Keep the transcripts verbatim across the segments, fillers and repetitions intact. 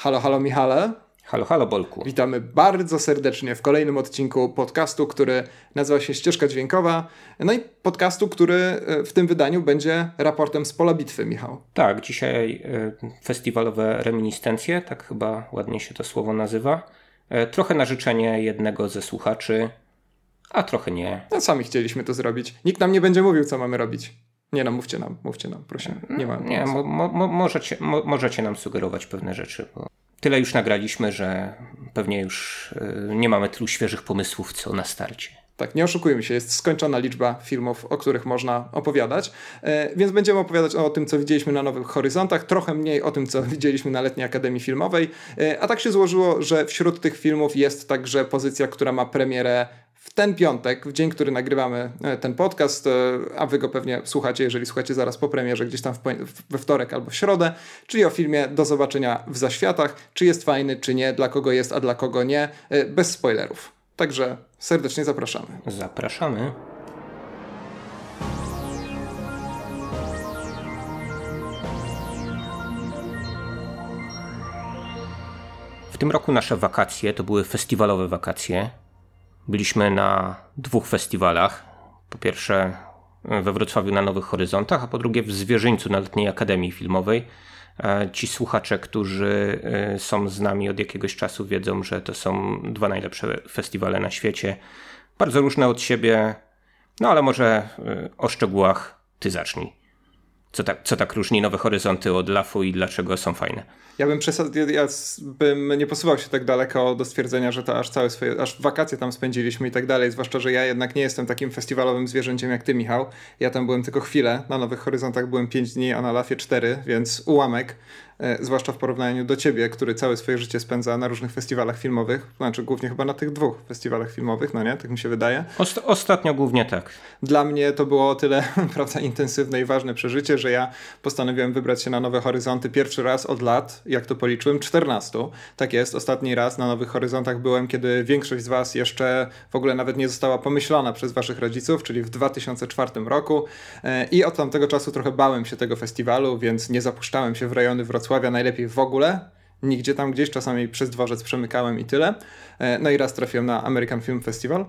Halo, halo Michale. Halo, halo Bolku. Witamy bardzo serdecznie w kolejnym odcinku podcastu, który nazywa się Ścieżka Dźwiękowa. No i podcastu, który w tym wydaniu będzie raportem z pola bitwy, Michał. Tak, dzisiaj y, festiwalowe reminiscencje, tak chyba ładnie się to słowo nazywa. Y, trochę na życzenie jednego ze słuchaczy, a trochę nie. No sami chcieliśmy to zrobić. Nikt nam nie będzie mówił, co mamy robić. Nie no, mówcie nam, mówcie nam, proszę. Nie ma. Nie, mo, mo, możecie, mo, możecie nam sugerować pewne rzeczy, bo tyle już nagraliśmy, że pewnie już y, nie mamy tylu świeżych pomysłów, co na starcie. Tak, nie oszukujmy się, jest skończona liczba filmów, o których można opowiadać, e, więc będziemy opowiadać o tym, co widzieliśmy na Nowych Horyzontach, trochę mniej o tym, co widzieliśmy na Letniej Akademii Filmowej, e, a tak się złożyło, że wśród tych filmów jest także pozycja, która ma premierę w ten piątek, w dzień, który nagrywamy ten podcast, a wy go pewnie słuchacie, jeżeli słuchacie zaraz po premierze, gdzieś tam w, we wtorek albo w środę, czyli o filmie Do zobaczenia w Zaświatach, czy jest fajny, czy nie, dla kogo jest, a dla kogo nie, bez spoilerów. Także serdecznie zapraszamy. Zapraszamy. W tym roku nasze wakacje to były festiwalowe wakacje. Byliśmy na dwóch festiwalach. Po pierwsze we Wrocławiu na Nowych Horyzontach, a po drugie w Zwierzyńcu na Letniej Akademii Filmowej. Ci słuchacze, którzy są z nami od jakiegoś czasu, wiedzą, że to są dwa najlepsze festiwale na świecie. Bardzo różne od siebie, no ale może o szczegółach ty zacznij. Co tak, co tak różni Nowe Horyzonty od lafu i dlaczego są fajne? Ja bym, przesad... ja bym nie posuwał się tak daleko do stwierdzenia, że to aż całe swoje, aż wakacje tam spędziliśmy i tak dalej, zwłaszcza, że ja jednak nie jestem takim festiwalowym zwierzęciem jak ty, Michał. Ja tam byłem tylko chwilę, na Nowych Horyzontach byłem pięć dni, a na lafie cztery, więc ułamek, e, zwłaszcza w porównaniu do ciebie, który całe swoje życie spędza na różnych festiwalach filmowych, znaczy głównie chyba na tych dwóch festiwalach filmowych, no nie? Tak mi się wydaje. Ost- ostatnio głównie tak. Dla mnie to było o tyle, prawda, intensywne i ważne przeżycie, że ja postanowiłem wybrać się na Nowe Horyzonty pierwszy raz od lat, jak to policzyłem, czternastu. Tak jest, ostatni raz na Nowych Horyzontach byłem, kiedy większość z was jeszcze w ogóle nawet nie została pomyślana przez waszych rodziców, czyli w dwa tysiące czwartym roku. I od tamtego czasu trochę bałem się tego festiwalu, więc nie zapuszczałem się w rejony Wrocławia, najlepiej w ogóle. Nigdzie tam gdzieś, czasami przez dworzec przemykałem i tyle. No i raz trafiłem na American Film Festival,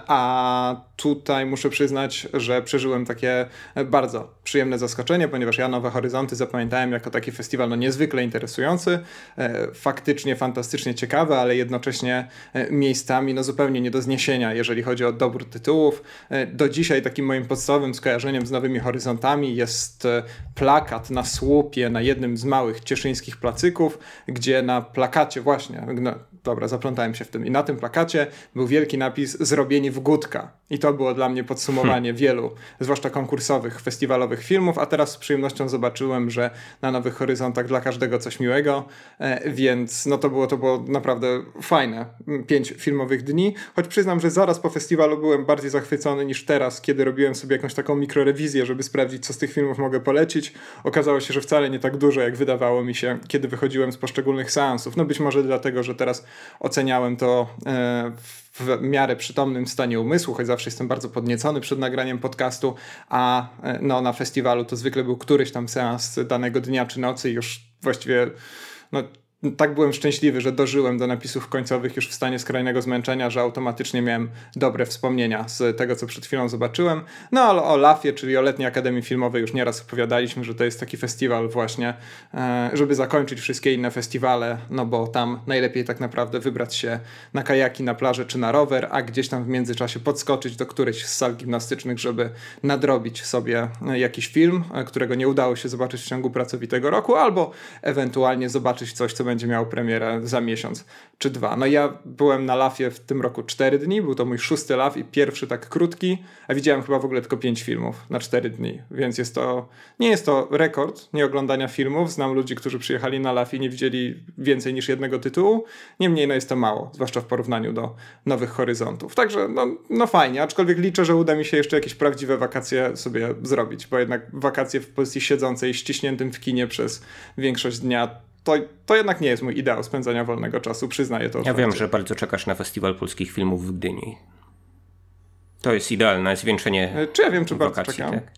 a tutaj muszę przyznać, że przeżyłem takie bardzo przyjemne zaskoczenie, ponieważ ja Nowe Horyzonty zapamiętałem jako taki festiwal no niezwykle interesujący, faktycznie fantastycznie ciekawy, ale jednocześnie miejscami no zupełnie nie do zniesienia, jeżeli chodzi o dobór tytułów. Do dzisiaj takim moim podstawowym skojarzeniem z Nowymi Horyzontami jest plakat na słupie na jednym z małych cieszyńskich placyków, gdzie na plakacie właśnie, no, dobra, zaplątałem się w tym, i na tym plakacie był wielki napis "Zrobieni w Gutka". I to było dla mnie podsumowanie hmm. wielu, zwłaszcza konkursowych, festiwalowych filmów, a teraz z przyjemnością zobaczyłem, że na Nowych Horyzontach dla każdego coś miłego, e, więc no to było, to było naprawdę fajne. Pięć filmowych dni, choć przyznam, że zaraz po festiwalu byłem bardziej zachwycony niż teraz, kiedy robiłem sobie jakąś taką mikrorewizję, żeby sprawdzić, co z tych filmów mogę polecić. Okazało się, że wcale nie tak dużo, jak wydawało mi się, kiedy wychodziłem z poszczególnych seansów. No być może dlatego, że teraz oceniałem to e, w miarę przytomnym stanie umysłu, choć zawsze jestem bardzo podniecony przed nagraniem podcastu, a e, no, na festiwalu to zwykle był któryś tam seans danego dnia czy nocy i już właściwie no, tak byłem szczęśliwy, że dożyłem do napisów końcowych już w stanie skrajnego zmęczenia, że automatycznie miałem dobre wspomnienia z tego, co przed chwilą zobaczyłem. No ale o lafie, czyli o Letniej Akademii Filmowej już nieraz opowiadaliśmy, że to jest taki festiwal właśnie, żeby zakończyć wszystkie inne festiwale, no bo tam najlepiej tak naprawdę wybrać się na kajaki, na plażę czy na rower, a gdzieś tam w międzyczasie podskoczyć do którejś z sal gimnastycznych, żeby nadrobić sobie jakiś film, którego nie udało się zobaczyć w ciągu pracowitego roku, albo ewentualnie zobaczyć coś, co będzie miał premierę za miesiąc czy dwa. No ja byłem na lafie w tym roku cztery dni, był to mój szósty laf i pierwszy tak krótki, a widziałem chyba w ogóle tylko pięć filmów na cztery dni, więc jest to, nie jest to rekord nieoglądania filmów. Znam ludzi, którzy przyjechali na laf i nie widzieli więcej niż jednego tytułu, niemniej no jest to mało, zwłaszcza w porównaniu do Nowych Horyzontów. Także no, no fajnie, aczkolwiek liczę, że uda mi się jeszcze jakieś prawdziwe wakacje sobie zrobić, bo jednak wakacje w pozycji siedzącej, ściśniętym w kinie przez większość dnia To, to jednak nie jest mój ideał spędzania wolnego czasu, przyznaję to otwarcie. Ja wiem, że bardzo czekasz na Festiwal Polskich Filmów w Gdyni. To jest idealne zwieńczenie Czy ja wiem, czy wakacji, bardzo czekam? Tak?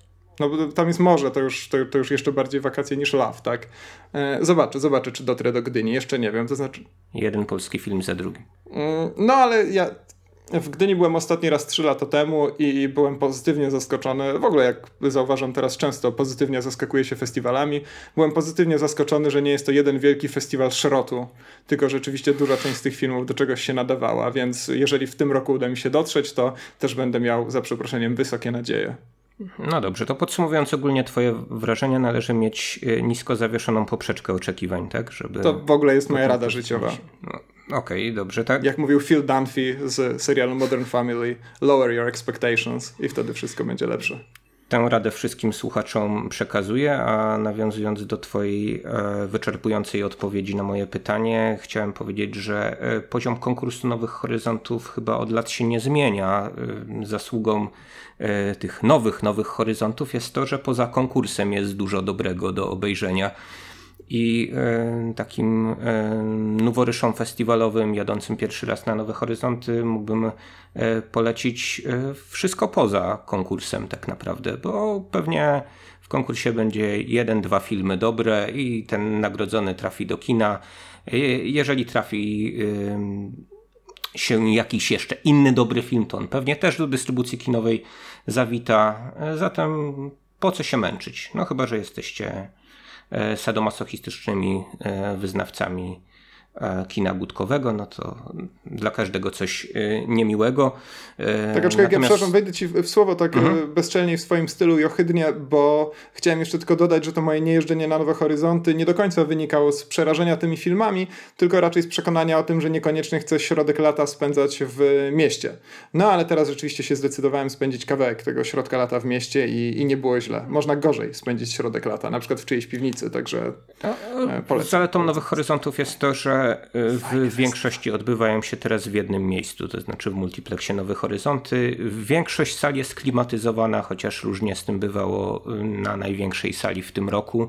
No bo tam jest morze, to już, to, to już jeszcze bardziej wakacje niż Love, tak? E, zobaczę, zobaczę, czy dotrę do Gdyni. Jeszcze nie wiem, to znaczy... Jeden polski film za drugim. Mm, no ale ja w Gdyni byłem ostatni raz trzy lata temu i byłem pozytywnie zaskoczony. W ogóle, jak zauważam teraz, często pozytywnie zaskakuję się festiwalami. Byłem pozytywnie zaskoczony, że nie jest to jeden wielki festiwal szrotu, tylko rzeczywiście duża część z tych filmów do czegoś się nadawała, więc jeżeli w tym roku uda mi się dotrzeć, to też będę miał, za przeproszeniem, wysokie nadzieje. No dobrze, to podsumowując ogólnie twoje wrażenia, należy mieć nisko zawieszoną poprzeczkę oczekiwań, tak? Żeby to w ogóle jest moja rada życiowa. No, Okej, okay, dobrze, tak? Jak mówił Phil Dunphy z serialu Modern Family, lower your expectations i wtedy wszystko będzie lepsze. Tę radę wszystkim słuchaczom przekazuję, a nawiązując do twojej e, wyczerpującej odpowiedzi na moje pytanie, chciałem powiedzieć, że e, poziom konkursu Nowych Horyzontów chyba od lat się nie zmienia. E, zasługą e, tych nowych, nowych horyzontów jest to, że poza konkursem jest dużo dobrego do obejrzenia. I e, takim e, noworyszom festiwalowym jadącym pierwszy raz na Nowe Horyzonty mógłbym e, polecić e, wszystko poza konkursem tak naprawdę, bo pewnie w konkursie będzie jeden, dwa filmy dobre i ten nagrodzony trafi do kina. E, jeżeli trafi e, się jakiś jeszcze inny dobry film, to on pewnie też do dystrybucji kinowej zawita. E, zatem po co się męczyć? No chyba, że jesteście sadomasochistycznymi wyznawcami kina budkowego, no to dla każdego coś niemiłego. Tak, aczkolwiek Natomiast... ja przepraszam, wejdę ci w słowo tak mhm. bezczelnie w swoim stylu i ohydnie, bo chciałem jeszcze tylko dodać, że to moje niejeżdżenie na Nowe Horyzonty nie do końca wynikało z przerażenia tymi filmami, tylko raczej z przekonania o tym, że niekoniecznie chcę środek lata spędzać w mieście. No ale teraz rzeczywiście się zdecydowałem spędzić kawałek tego środka lata w mieście i, i nie było źle. Można gorzej spędzić środek lata, na przykład w czyjejś piwnicy, także polecam. Zaletą Nowych Horyzontów jest to, że w większości odbywają się teraz w jednym miejscu, to znaczy w multiplexie Nowe Horyzonty. Większość sali jest klimatyzowana, chociaż różnie z tym bywało na największej sali w tym roku,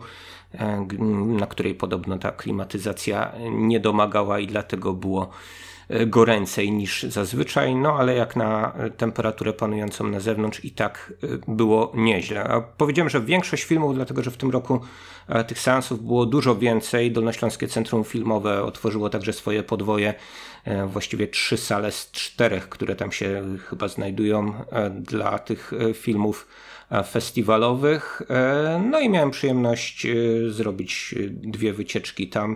na której podobno ta klimatyzacja nie domagała i dlatego było goręcej niż zazwyczaj, no ale jak na temperaturę panującą na zewnątrz i tak było nieźle. A powiedziałem, że większość filmów, dlatego że w tym roku tych seansów było dużo więcej. Dolnośląskie Centrum Filmowe otworzyło także swoje podwoje, właściwie trzy sale z czterech, które tam się chyba znajdują dla tych filmów festiwalowych. No i miałem przyjemność zrobić dwie wycieczki tam.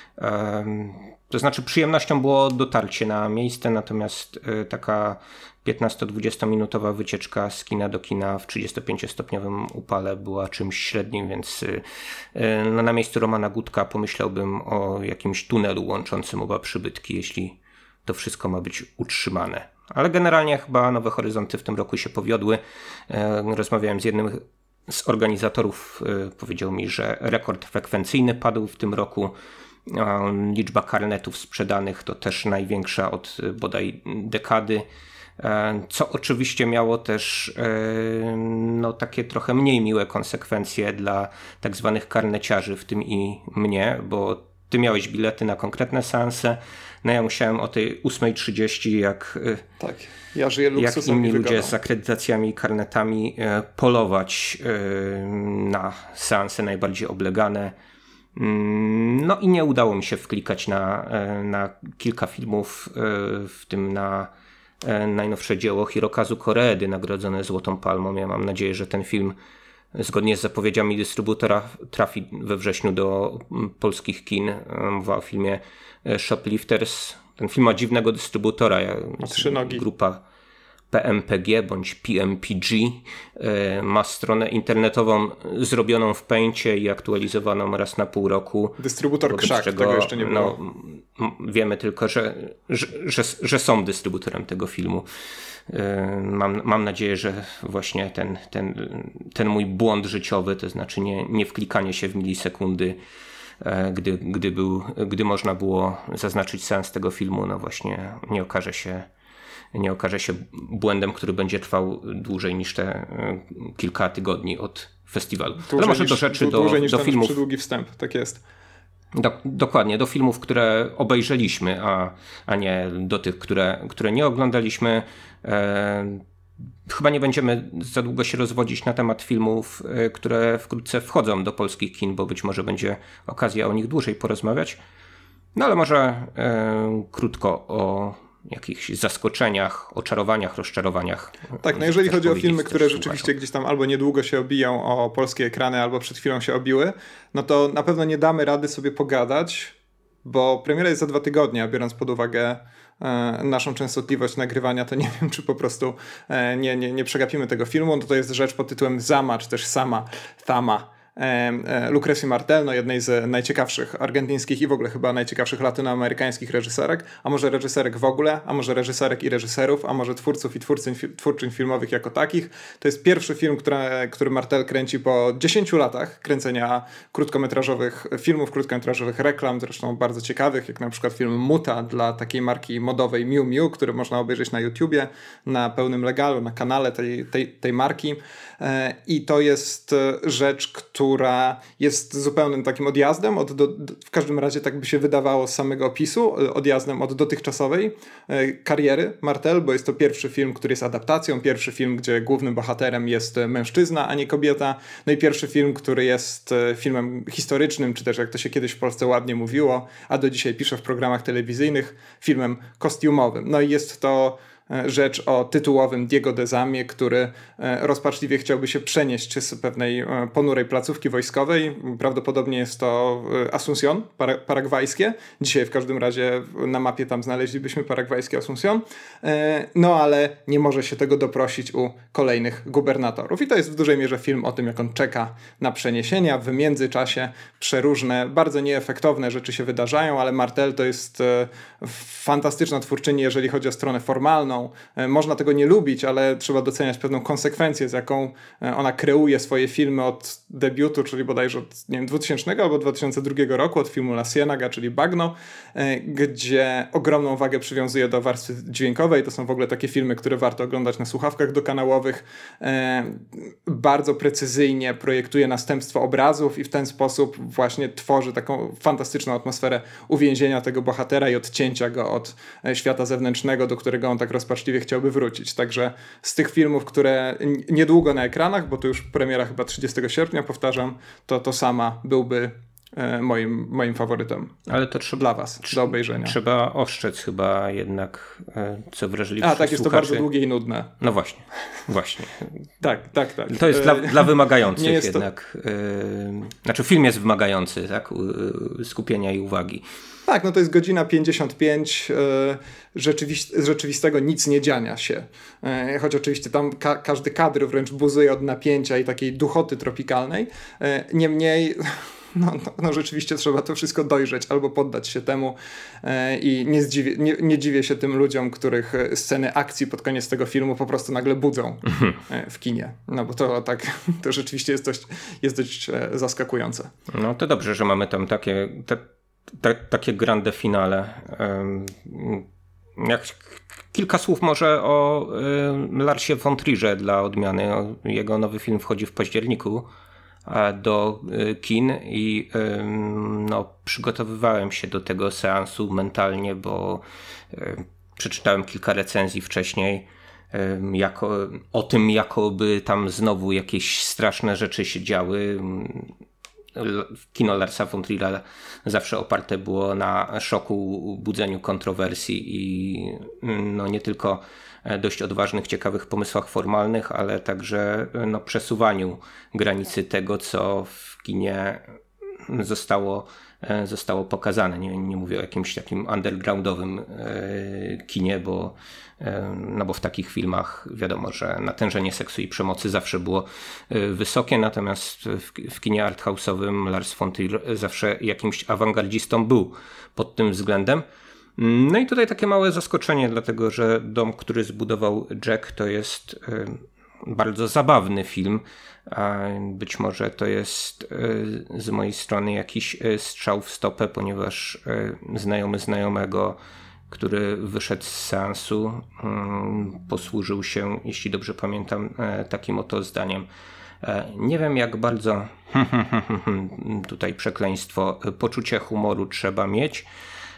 To znaczy przyjemnością było dotarcie na miejsce, natomiast taka piętnasto-dwudziestominutowa wycieczka z kina do kina w trzydziestopięciostopniowym upale była czymś średnim, więc no, na miejscu Romana Gutka pomyślałbym o jakimś tunelu łączącym oba przybytki, jeśli to wszystko ma być utrzymane. Ale generalnie chyba Nowe Horyzonty w tym roku się powiodły. Rozmawiałem z jednym z organizatorów, powiedział mi, że rekord frekwencyjny padł w tym roku. Liczba karnetów sprzedanych to też największa od bodaj dekady, co oczywiście miało też no, takie trochę mniej miłe konsekwencje dla tak zwanych karneciarzy, w tym i mnie, bo ty miałeś bilety na konkretne seanse, no ja musiałem o tej ósma trzydzieści jak, tak, ja żyję jak inni ludzie z akredytacjami i karnetami polować na seanse najbardziej oblegane. No i nie udało mi się wklikać na, na kilka filmów, w tym na najnowsze dzieło Hirokazu Koreedy nagrodzone Złotą Palmą. Ja mam nadzieję, że ten film zgodnie z zapowiedziami dystrybutora trafi we wrześniu do polskich kin. Mowa o filmie Shoplifters. Ten film ma dziwnego dystrybutora. Trzy nogi. Grupa P M P G bądź P M P G ma stronę internetową zrobioną w Paincie i aktualizowaną raz na pół roku. Dystrybutor Krzak, czego, tego jeszcze nie było. No, wiemy tylko, że, że, że, że są dystrybutorem tego filmu. Mam, mam nadzieję, że właśnie ten, ten, ten mój błąd życiowy, to znaczy nie, nie wklikanie się w milisekundy, gdy, gdy, był, gdy można było zaznaczyć seans tego filmu, no właśnie nie okaże się nie okaże się błędem, który będzie trwał dłużej niż te kilka tygodni od festiwalu. Dłużej Ale może niż, do rzeczy, do, niż do filmów. Przydługi wstęp, tak jest. Do, dokładnie, do filmów, które obejrzeliśmy, a, a nie do tych, które, które nie oglądaliśmy. E, chyba nie będziemy za długo się rozwodzić na temat filmów, które wkrótce wchodzą do polskich kin, bo być może będzie okazja o nich dłużej porozmawiać. No ale może e, krótko o jakichś zaskoczeniach, oczarowaniach, rozczarowaniach. Tak, no jeżeli chodzi o filmy, które rzeczywiście gdzieś tam albo niedługo się obiją o polskie ekrany, albo przed chwilą się obiły, no to na pewno nie damy rady sobie pogadać, bo premiera jest za dwa tygodnie, a biorąc pod uwagę e, naszą częstotliwość nagrywania, to nie wiem, czy po prostu e, nie, nie, nie przegapimy tego filmu. No to jest rzecz pod tytułem Zama, czy też Sama, Thama. Lucrecji Martel, no jednej z najciekawszych argentyńskich i w ogóle chyba najciekawszych latynoamerykańskich reżyserek, a może reżyserek w ogóle, a może reżyserek i reżyserów, a może twórców i twórczyń, twórczyń filmowych jako takich. To jest pierwszy film, który, który Martel kręci po dziesięciu latach kręcenia krótkometrażowych filmów, krótkometrażowych reklam, zresztą bardzo ciekawych, jak na przykład film Muta dla takiej marki modowej Miu Miu, który można obejrzeć na YouTubie, na pełnym legalu, na kanale tej, tej, tej marki. I to jest rzecz, która jest zupełnym takim odjazdem, od do, w każdym razie tak by się wydawało z samego opisu, odjazdem od dotychczasowej kariery Martel, bo jest to pierwszy film, który jest adaptacją, pierwszy film, gdzie głównym bohaterem jest mężczyzna, a nie kobieta, no i pierwszy film, który jest filmem historycznym, czy też jak to się kiedyś w Polsce ładnie mówiło, a do dzisiaj pisze w programach telewizyjnych, filmem kostiumowym. No i jest to rzecz o tytułowym Diego de Zamie, który rozpaczliwie chciałby się przenieść z pewnej ponurej placówki wojskowej. Prawdopodobnie jest to Asunción, para- paragwajskie. Dzisiaj w każdym razie na mapie tam znaleźlibyśmy paragwajskie Asunción. No ale nie może się tego doprosić u kolejnych gubernatorów. I to jest w dużej mierze film o tym, jak on czeka na przeniesienia. W międzyczasie przeróżne, bardzo nieefektowne rzeczy się wydarzają, ale Martel to jest fantastyczna twórczyni, jeżeli chodzi o stronę formalną. Można tego nie lubić, ale trzeba doceniać pewną konsekwencję, z jaką ona kreuje swoje filmy od debiutu, czyli bodajże od nie wiem, dwutysięcznego albo dwa tysiące drugiego roku, od filmu La Ciénaga, czyli Bagno, gdzie ogromną wagę przywiązuje do warstwy dźwiękowej. To są w ogóle takie filmy, które warto oglądać na słuchawkach dokanałowych. Bardzo precyzyjnie projektuje następstwo obrazów i w ten sposób właśnie tworzy taką fantastyczną atmosferę uwięzienia tego bohatera i odcięcia go od świata zewnętrznego, do którego on tak rozpaczliwie chciałby wrócić. Także z tych filmów, które niedługo na ekranach, bo to już premiera chyba trzydziestego sierpnia, powtarzam, to to Sama byłby e, moim, moim faworytem. Ale to trzeba, dla was, tr- do obejrzenia. Trzeba oszczędzić chyba jednak, e, co wrażliwszy A, tak, jest słuchaczy. To bardzo długie i nudne. No właśnie, właśnie. tak, tak, tak. To jest dla, dla wymagających jest jednak. To... E, znaczy film jest wymagający, tak? Skupienia i uwagi. Tak, no to jest godzina pięćdziesiąt pięć e, rzeczywist- z rzeczywistego nic nie dziania się. E, choć oczywiście tam ka- każdy kadr wręcz buzuje od napięcia i takiej duchoty tropikalnej. E, niemniej... No, no, no rzeczywiście trzeba to wszystko dojrzeć albo poddać się temu e, i nie, zdziwię, nie, nie dziwię się tym ludziom, których sceny akcji pod koniec tego filmu po prostu nagle budzą e, w kinie. No bo to tak, to rzeczywiście jest dość, jest dość e, zaskakujące. No to dobrze, że mamy tam takie, te, te, takie grande finale. Um, jak kilka słów może o y, Larsie von Trierze dla odmiany. Jego nowy film wchodzi w październiku do kin i no, przygotowywałem się do tego seansu mentalnie, bo przeczytałem kilka recenzji wcześniej jako, o tym, jakoby tam znowu jakieś straszne rzeczy się działy. Kino Larsa von Trier'a zawsze oparte było na szoku, budzeniu kontrowersji i no, nie tylko dość odważnych, ciekawych pomysłach formalnych, ale także no, przesuwaniu granicy tego, co w kinie zostało, zostało pokazane. Nie, nie mówię o jakimś takim undergroundowym e, kinie, bo, e, no bo w takich filmach wiadomo, że natężenie seksu i przemocy zawsze było e, wysokie, natomiast w, w kinie arthouse'owym Lars von Trier zawsze jakimś awangardzistą był pod tym względem. No i tutaj takie małe zaskoczenie, dlatego że Dom, który zbudował Jack, to jest y, bardzo zabawny film. A być może to jest y, z mojej strony jakiś y, strzał w stopę, ponieważ y, znajomy znajomego, który wyszedł z seansu, y, posłużył się, jeśli dobrze pamiętam, y, takim oto zdaniem. Y, nie wiem, jak bardzo tutaj przekleństwo, poczucie humoru trzeba mieć,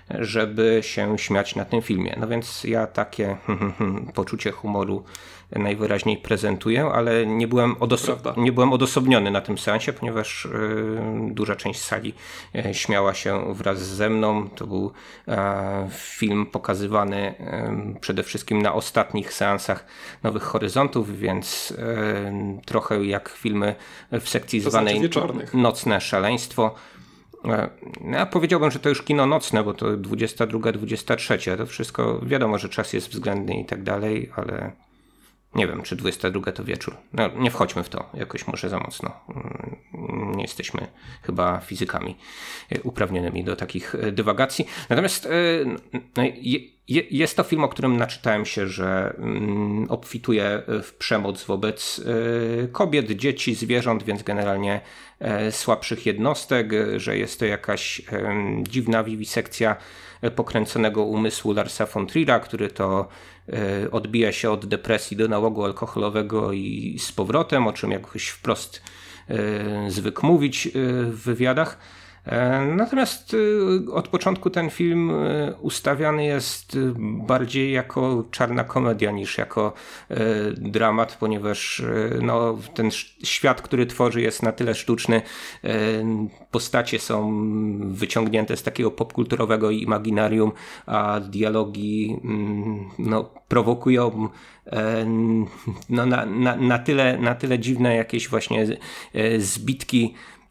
żeby się śmiać na tym filmie. No więc ja takie poczucie humoru najwyraźniej prezentuję, ale nie byłem, odoso- nie byłem odosobniony na tym seansie, ponieważ y, duża część sali y, śmiała się wraz ze mną. To był y, film pokazywany y, przede wszystkim na ostatnich seansach Nowych Horyzontów, więc y, trochę jak filmy w sekcji to zwanej znaczy Nocne Szaleństwo. Ja powiedziałbym, że to już kino nocne, bo to dwudziesta druga, dwudziesta trzecia. To wszystko wiadomo, że czas jest względny i tak dalej, ale nie wiem, czy dwudziesta druga to wieczór. No, nie wchodźmy w to jakoś może za mocno. Nie jesteśmy chyba fizykami uprawnionymi do takich dywagacji. Natomiast jest to film, o którym naczytałem się, że obfituje w przemoc wobec kobiet, dzieci, zwierząt, więc generalnie słabszych jednostek, że jest to jakaś dziwna wiwisekcja pokręconego umysłu Larsa von Trier'a, który to odbija się od depresji do nałogu alkoholowego i z powrotem, o czym jakoś wprost zwykł mówić w wywiadach. Natomiast od początku ten film ustawiany jest bardziej jako czarna komedia niż jako dramat, ponieważ no, ten świat, który tworzy, jest na tyle sztuczny. Postacie są wyciągnięte z takiego popkulturowego imaginarium, a dialogi no, prowokują no, na, na, na, tyle, na tyle dziwne jakieś właśnie zbitki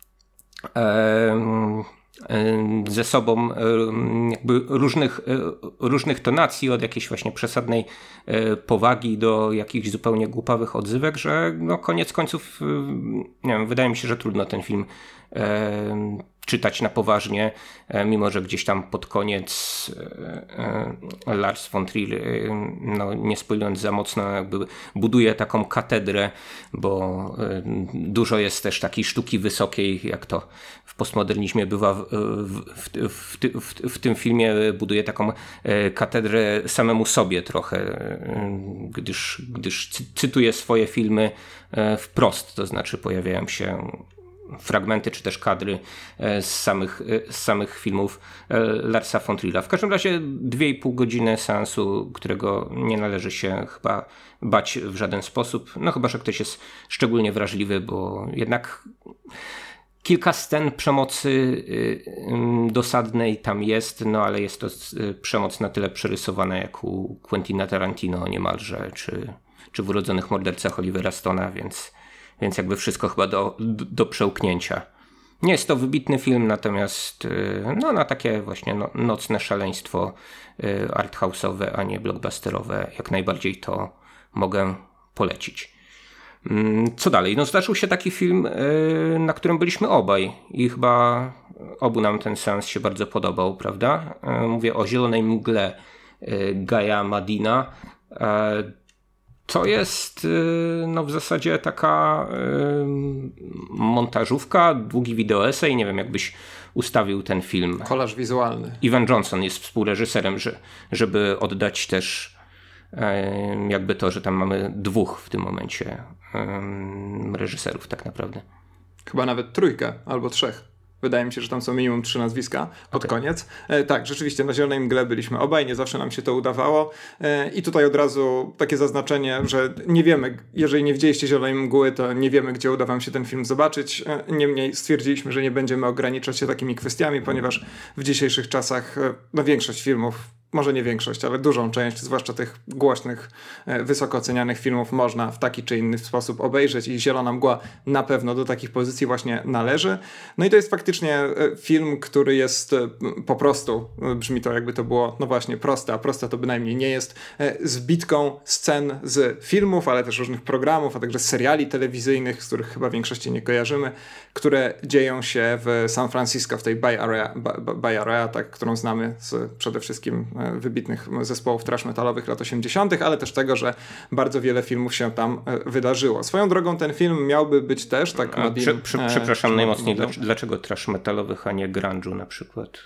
ze sobą jakby różnych, różnych tonacji, od jakiejś właśnie przesadnej powagi do jakichś zupełnie głupawych odzywek, że no koniec końców nie wiem, wydaje mi się, że trudno ten film czytać na poważnie, mimo że gdzieś tam pod koniec Lars von Trier, no nie spoilując za mocno, jakby buduje taką katedrę, bo dużo jest też takiej sztuki wysokiej, jak to w postmodernizmie bywa w, w, w, w, w tym filmie, buduje taką katedrę samemu sobie trochę, gdyż, gdyż cytuję swoje filmy wprost, to znaczy pojawiają się fragmenty czy też kadry z samych, z samych filmów Larsa von Trier'a. W każdym razie dwie i pół godziny seansu, którego nie należy się chyba bać w żaden sposób. No chyba, że ktoś jest szczególnie wrażliwy, bo jednak kilka scen przemocy dosadnej tam jest, no ale jest to przemoc na tyle przerysowana jak u Quentina Tarantino niemalże, czy, czy w Urodzonych mordercach Olivera Stone'a, więc Więc jakby wszystko chyba do, do przełknięcia. Nie jest to wybitny film, natomiast no, na takie właśnie no, nocne szaleństwo arthouse'owe, a nie blockbusterowe, jak najbardziej to mogę polecić. Co dalej? No, zdarzył się taki film, na którym byliśmy obaj i chyba obu nam ten seans się bardzo podobał, prawda? Mówię o Zielonej mgle Gaja Madina. To jest no, w zasadzie taka y, montażówka, długi wideoesej. Nie wiem, jakbyś ustawił ten film. Kolaż wizualny. Ivan Johnson jest współreżyserem, że, żeby oddać też y, jakby to, że tam mamy dwóch w tym momencie y, reżyserów tak naprawdę. Chyba nawet trójkę albo trzech. Wydaje mi się, że tam są minimum trzy nazwiska pod okay. koniec. E, tak, rzeczywiście na Zielonej mgle byliśmy obaj, nie zawsze nam się to udawało. E, I tutaj od razu takie zaznaczenie, że nie wiemy, jeżeli nie widzieliście Zielonej mgły, to nie wiemy, gdzie uda wam się ten film zobaczyć. E, niemniej stwierdziliśmy, że nie będziemy ograniczać się takimi kwestiami, ponieważ w dzisiejszych czasach e, no, większość filmów, może nie większość, ale dużą część, zwłaszcza tych głośnych, wysoko ocenianych filmów można w taki czy inny sposób obejrzeć i Zielona mgła na pewno do takich pozycji właśnie należy. No i to jest faktycznie film, który jest po prostu, brzmi to jakby to było, no właśnie, proste, a proste to bynajmniej nie jest, zbitką scen z filmów, ale też różnych programów, a także seriali telewizyjnych, z których chyba większości nie kojarzymy, które dzieją się w San Francisco, w tej Bay Area, Bay Area tak, którą znamy z przede wszystkim wybitnych zespołów thrash metalowych lat osiemdziesiątych, ale też tego, że bardzo wiele filmów się tam wydarzyło. Swoją drogą ten film miałby być też tak... A, przy, przy, e, przepraszam e, najmocniej, dlaczego, dlaczego thrash metalowych, a nie grunge'u na przykład?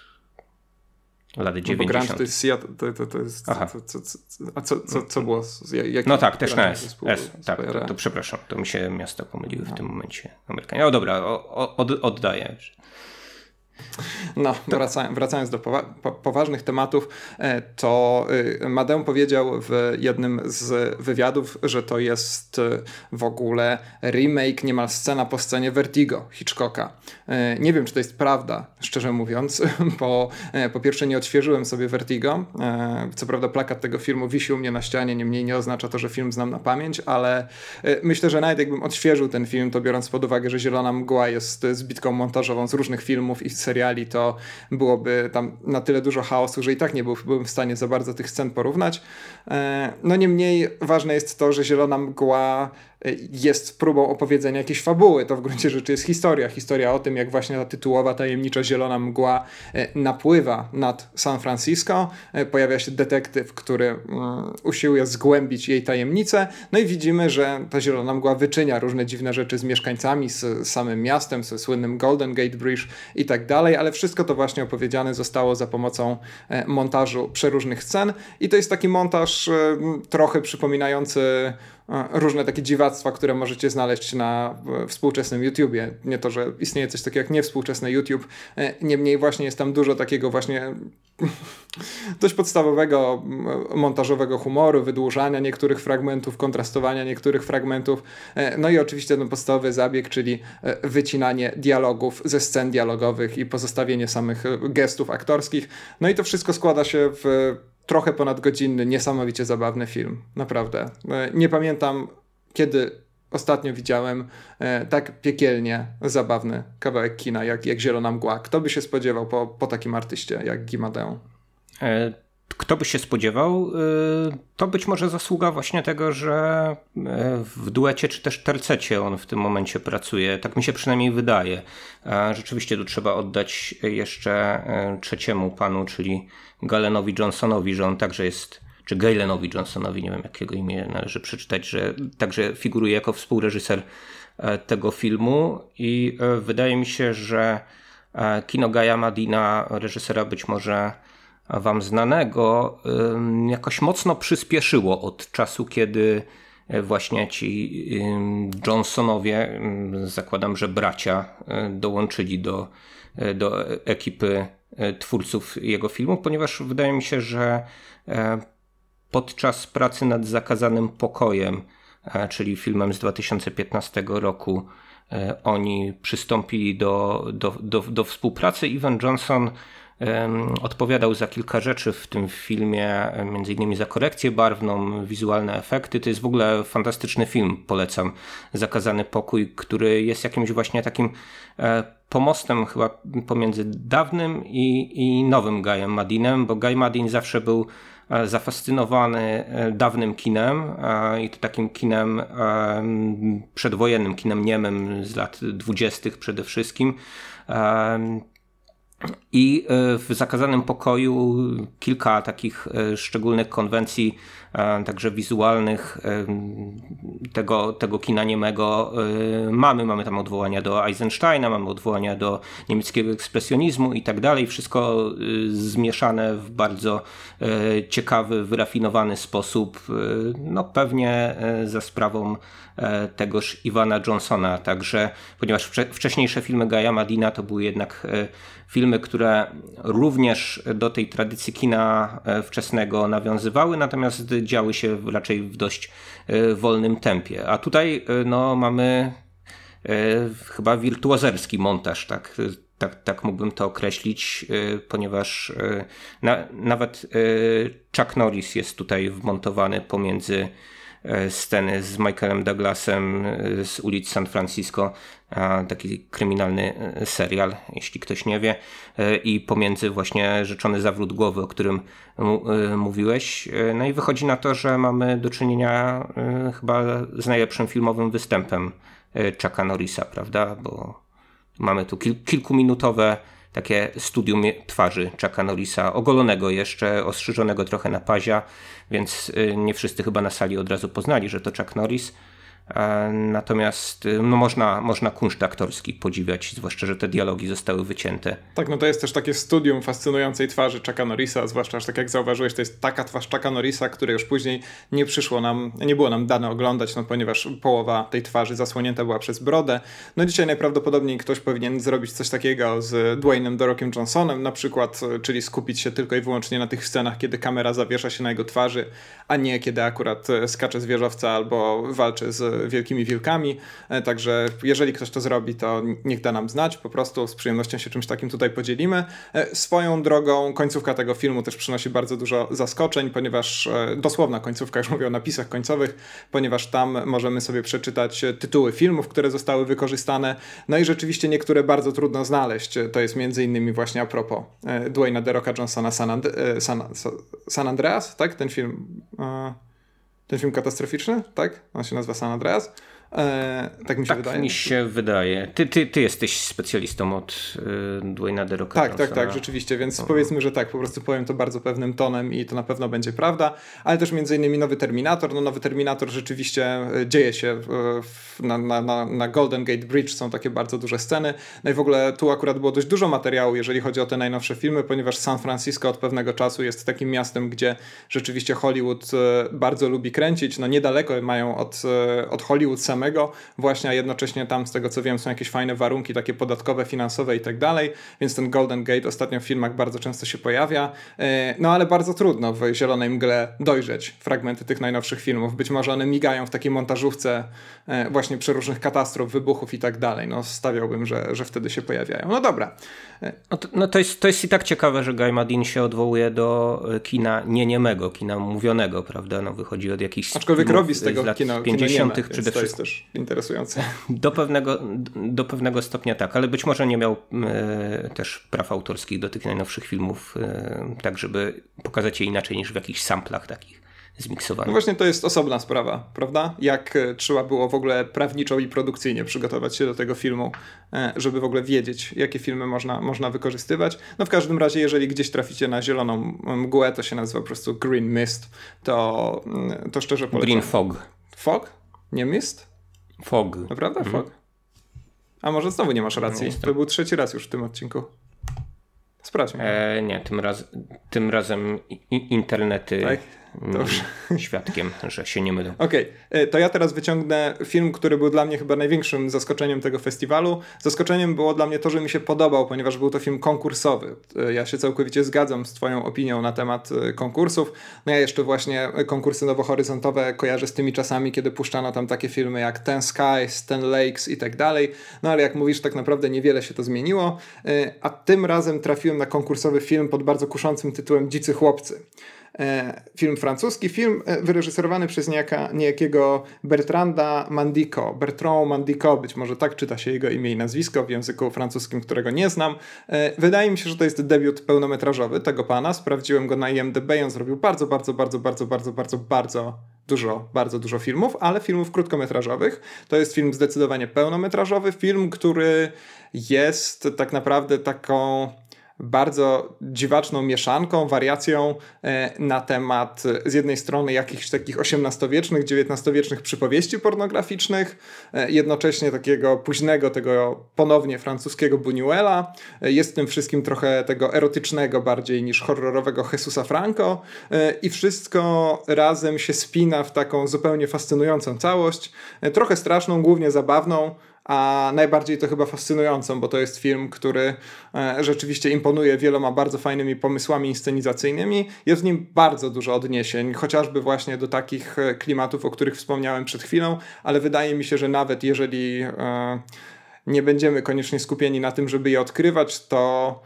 Lat dziewięćdziesiątych. No bo grunge to jest... Ja, to, to, to jest to, to, to, a co, co, co było? Jak, no tak, też na S. S tak, to, to przepraszam, to mi się miasta pomyliły no. w tym momencie. Amerykanie. No dobra, o, od, oddaję. No, wraca, wracając do powa- po, poważnych tematów, to Madeu powiedział w jednym z wywiadów, że to jest w ogóle remake, niemal scena po scenie Vertigo Hitchcocka. Nie wiem, czy to jest prawda, szczerze mówiąc, bo po pierwsze nie odświeżyłem sobie Vertigo. Co prawda plakat tego filmu wisi u mnie na ścianie, niemniej nie oznacza to, że film znam na pamięć, ale myślę, że nawet jakbym odświeżył ten film, to biorąc pod uwagę, że Zielona Mgła jest zbitką montażową z różnych filmów i seriali, to byłoby tam na tyle dużo chaosu, że i tak nie był, byłem w stanie za bardzo tych scen porównać. No niemniej ważne jest to, że Zielona Mgła jest próbą opowiedzenia jakiejś fabuły. To w gruncie rzeczy jest historia. Historia o tym, jak właśnie ta tytułowa, tajemnicza Zielona Mgła napływa nad San Francisco. Pojawia się detektyw, który usiłuje zgłębić jej tajemnicę. No i widzimy, że ta Zielona Mgła wyczynia różne dziwne rzeczy z mieszkańcami, z samym miastem, ze słynnym Golden Gate Bridge i tak dalej, ale wszystko to właśnie opowiedziane zostało za pomocą montażu przeróżnych scen i to jest taki montaż trochę przypominający różne takie dziwactwa, które możecie znaleźć na współczesnym YouTubie. Nie to, że istnieje coś takiego jak niewspółczesny YouTube, niemniej właśnie jest tam dużo takiego właśnie dość podstawowego montażowego humoru, wydłużania niektórych fragmentów, kontrastowania niektórych fragmentów, no i oczywiście ten podstawowy zabieg, czyli wycinanie dialogów ze scen dialogowych i pozostawienie samych gestów aktorskich. No i to wszystko składa się w trochę ponadgodzinny, niesamowicie zabawny film. Naprawdę. Nie pamiętam, kiedy ostatnio widziałem e, tak piekielnie zabawny kawałek kina, jak, jak Zielona Mgła. Kto by się spodziewał po, po takim artyście jak Guy Madeu? E, kto by się spodziewał? E, to być może zasługa właśnie tego, że w duecie czy też tercecie on w tym momencie pracuje. Tak mi się przynajmniej wydaje. E, rzeczywiście tu trzeba oddać jeszcze trzeciemu panu, czyli Galenowi Johnsonowi, że on także jest, czy Galenowi Johnsonowi, nie wiem jakiego imię należy przeczytać, że także figuruje jako współreżyser tego filmu i wydaje mi się, że kino Guya Madina, reżysera być może wam znanego, jakoś mocno przyspieszyło od czasu, kiedy właśnie ci Johnsonowie, zakładam, że bracia, dołączyli do, do ekipy twórców jego filmów, ponieważ wydaje mi się, że podczas pracy nad Zakazanym Pokojem, czyli filmem z dwa tysiące piętnastego roku, oni przystąpili do, do, do, do współpracy. Evan Johnson um, odpowiadał za kilka rzeczy w tym filmie, między innymi za korekcję barwną, wizualne efekty. To jest w ogóle fantastyczny film, polecam. Zakazany Pokój, który jest jakimś właśnie takim e, pomostem chyba pomiędzy dawnym i, i nowym Guyem Madinem, bo Guy Madin zawsze był zafascynowany dawnym kinem i to takim kinem przedwojennym, kinem niemym z lat dwudziestych przede wszystkim. I w Zakazanym Pokoju kilka takich szczególnych konwencji, także wizualnych tego, tego kina niemego mamy. Mamy tam odwołania do Eisensteina, mamy odwołania do niemieckiego ekspresjonizmu i tak dalej. Wszystko zmieszane w bardzo ciekawy, wyrafinowany sposób. No pewnie za sprawą tegoż Ivana Johnsona. Także, ponieważ wcze- wcześniejsze filmy Guya Madina to były jednak filmy, które również do tej tradycji kina wczesnego nawiązywały, natomiast działy się raczej w dość wolnym tempie. A tutaj no, mamy chyba wirtuozerski montaż, tak, tak, tak mógłbym to określić, ponieważ na, nawet Chuck Norris jest tutaj wmontowany pomiędzy sceny z Michaelem Douglasem z ulic San Francisco, taki kryminalny serial, jeśli ktoś nie wie, i pomiędzy właśnie Rzeczony Zawrót Głowy, o którym mówiłeś. No i wychodzi na to, że mamy do czynienia chyba z najlepszym filmowym występem Chucka Norrisa, prawda? Bo mamy tu kil- kilkuminutowe takie studium twarzy Chucka Norrisa, ogolonego jeszcze, ostrzyżonego trochę na pazia, więc nie wszyscy chyba na sali od razu poznali, że to Chuck Norris. Natomiast no, można, można kunszt aktorski podziwiać, zwłaszcza, że te dialogi zostały wycięte. Tak, no to jest też takie studium fascynującej twarzy Chucka Norrisa, zwłaszcza, że tak jak zauważyłeś, to jest taka twarz Chucka Norrisa, której już później nie przyszło nam, nie było nam dane oglądać, no ponieważ połowa tej twarzy zasłonięta była przez brodę. No dzisiaj najprawdopodobniej ktoś powinien zrobić coś takiego z Dwaynem The Rockiem Johnsonem na przykład, czyli skupić się tylko i wyłącznie na tych scenach, kiedy kamera zawiesza się na jego twarzy, a nie kiedy akurat skacze z wieżowca albo walczy z wielkimi wilkami. Także jeżeli ktoś to zrobi, to niech da nam znać, po prostu z przyjemnością się czymś takim tutaj podzielimy. Swoją drogą końcówka tego filmu też przynosi bardzo dużo zaskoczeń, ponieważ dosłowna końcówka, już mówię o napisach końcowych, ponieważ tam możemy sobie przeczytać tytuły filmów, które zostały wykorzystane. No i rzeczywiście niektóre bardzo trudno znaleźć. To jest między innymi właśnie a propos Dwayna The Rocka Johnsona San, And- San, San Andreas, tak? Ten film... Ten film katastroficzny, tak? On się nazywa San Andreas. E, tak mi się tak wydaje. Tak mi się wydaje. Ty, ty, ty jesteś specjalistą od y, Dwayna The Rocka Tak, Johnsona. tak, tak, rzeczywiście, więc no. Powiedzmy, że tak, po prostu powiem to bardzo pewnym tonem i to na pewno będzie prawda, ale też między innymi nowy Terminator, no nowy Terminator rzeczywiście dzieje się w, na, na, na, na Golden Gate Bridge, są takie bardzo duże sceny, no i w ogóle tu akurat było dość dużo materiału, jeżeli chodzi o te najnowsze filmy, ponieważ San Francisco od pewnego czasu jest takim miastem, gdzie rzeczywiście Hollywood bardzo lubi kręcić, no niedaleko mają od, od Hollywood samego właśnie, a jednocześnie tam z tego co wiem są jakieś fajne warunki takie podatkowe, finansowe i tak dalej, więc ten Golden Gate ostatnio w filmach bardzo często się pojawia, no ale bardzo trudno w zielonej mgle dojrzeć fragmenty tych najnowszych filmów, być może one migają w takiej montażówce właśnie przeróżnych katastrof, wybuchów i tak dalej, no stawiałbym, że, że wtedy się pojawiają. No dobra. No to, no to, jest, to jest i tak ciekawe, że Guy Maddin się odwołuje do kina nie niemego, kina mówionego, prawda, no wychodzi od jakichś aczkolwiek robi z tego z lat kino, pięćdziesiątych kino przede to wszystkim. jest też interesujące. Do pewnego, do pewnego stopnia tak, ale być może nie miał e, też praw autorskich do tych najnowszych filmów, e, tak żeby pokazać je inaczej niż w jakichś samplach takich zmiksowanych. No właśnie to jest osobna sprawa, prawda? Jak e, trzeba było w ogóle prawniczo i produkcyjnie przygotować się do tego filmu, e, żeby w ogóle wiedzieć, jakie filmy można, można wykorzystywać. No w każdym razie, jeżeli gdzieś traficie na zieloną mgłę, to się nazywa po prostu Green Mist, to, to szczerze polecam. Green Fog. Fog? Nie Mist? Fog. Naprawdę? Mhm. Fog? A może znowu nie masz racji? Nie to był trzeci raz już w tym odcinku. Sprawdźmy. E, nie, tym, raz, tym razem i, internety tak? Dobrze. Świadkiem, że się nie mylę. Okej, okay. To ja teraz wyciągnę film, który był dla mnie chyba największym zaskoczeniem tego festiwalu. Zaskoczeniem było dla mnie to, że mi się podobał, ponieważ był to film konkursowy. Ja się całkowicie zgadzam z twoją opinią na temat konkursów. No ja jeszcze właśnie konkursy nowohoryzontowe kojarzę z tymi czasami, kiedy puszczano tam takie filmy jak Ten Skies, Ten Lakes i tak dalej. No ale jak mówisz, tak naprawdę niewiele się to zmieniło. A tym razem trafiłem na konkursowy film pod bardzo kuszącym tytułem Dzicy chłopcy. Film francuski, film wyreżyserowany przez niejaka, niejakiego Bertranda Mandico. Bertrand Mandico, być może tak czyta się jego imię i nazwisko w języku francuskim, którego nie znam. Wydaje mi się, że to jest debiut pełnometrażowy tego pana. Sprawdziłem go na I M D B i on zrobił bardzo, bardzo, bardzo, bardzo, bardzo, bardzo, bardzo dużo, bardzo dużo filmów, ale filmów krótkometrażowych. To jest film zdecydowanie pełnometrażowy, film, który jest tak naprawdę taką bardzo dziwaczną mieszanką, wariacją na temat z jednej strony jakichś takich osiemnastowiecznych, dziewiętnastowiecznych przypowieści pornograficznych, jednocześnie takiego późnego, tego ponownie francuskiego Buñuela. Jest w tym wszystkim trochę tego erotycznego bardziej niż horrorowego Jesusa Franco i wszystko razem się spina w taką zupełnie fascynującą całość, trochę straszną, głównie zabawną, a najbardziej to chyba fascynującą, bo to jest film, który e, rzeczywiście imponuje wieloma bardzo fajnymi pomysłami inscenizacyjnymi. Jest w nim bardzo dużo odniesień, chociażby właśnie do takich klimatów, o których wspomniałem przed chwilą, ale wydaje mi się, że nawet jeżeli e, nie będziemy koniecznie skupieni na tym, żeby je odkrywać, to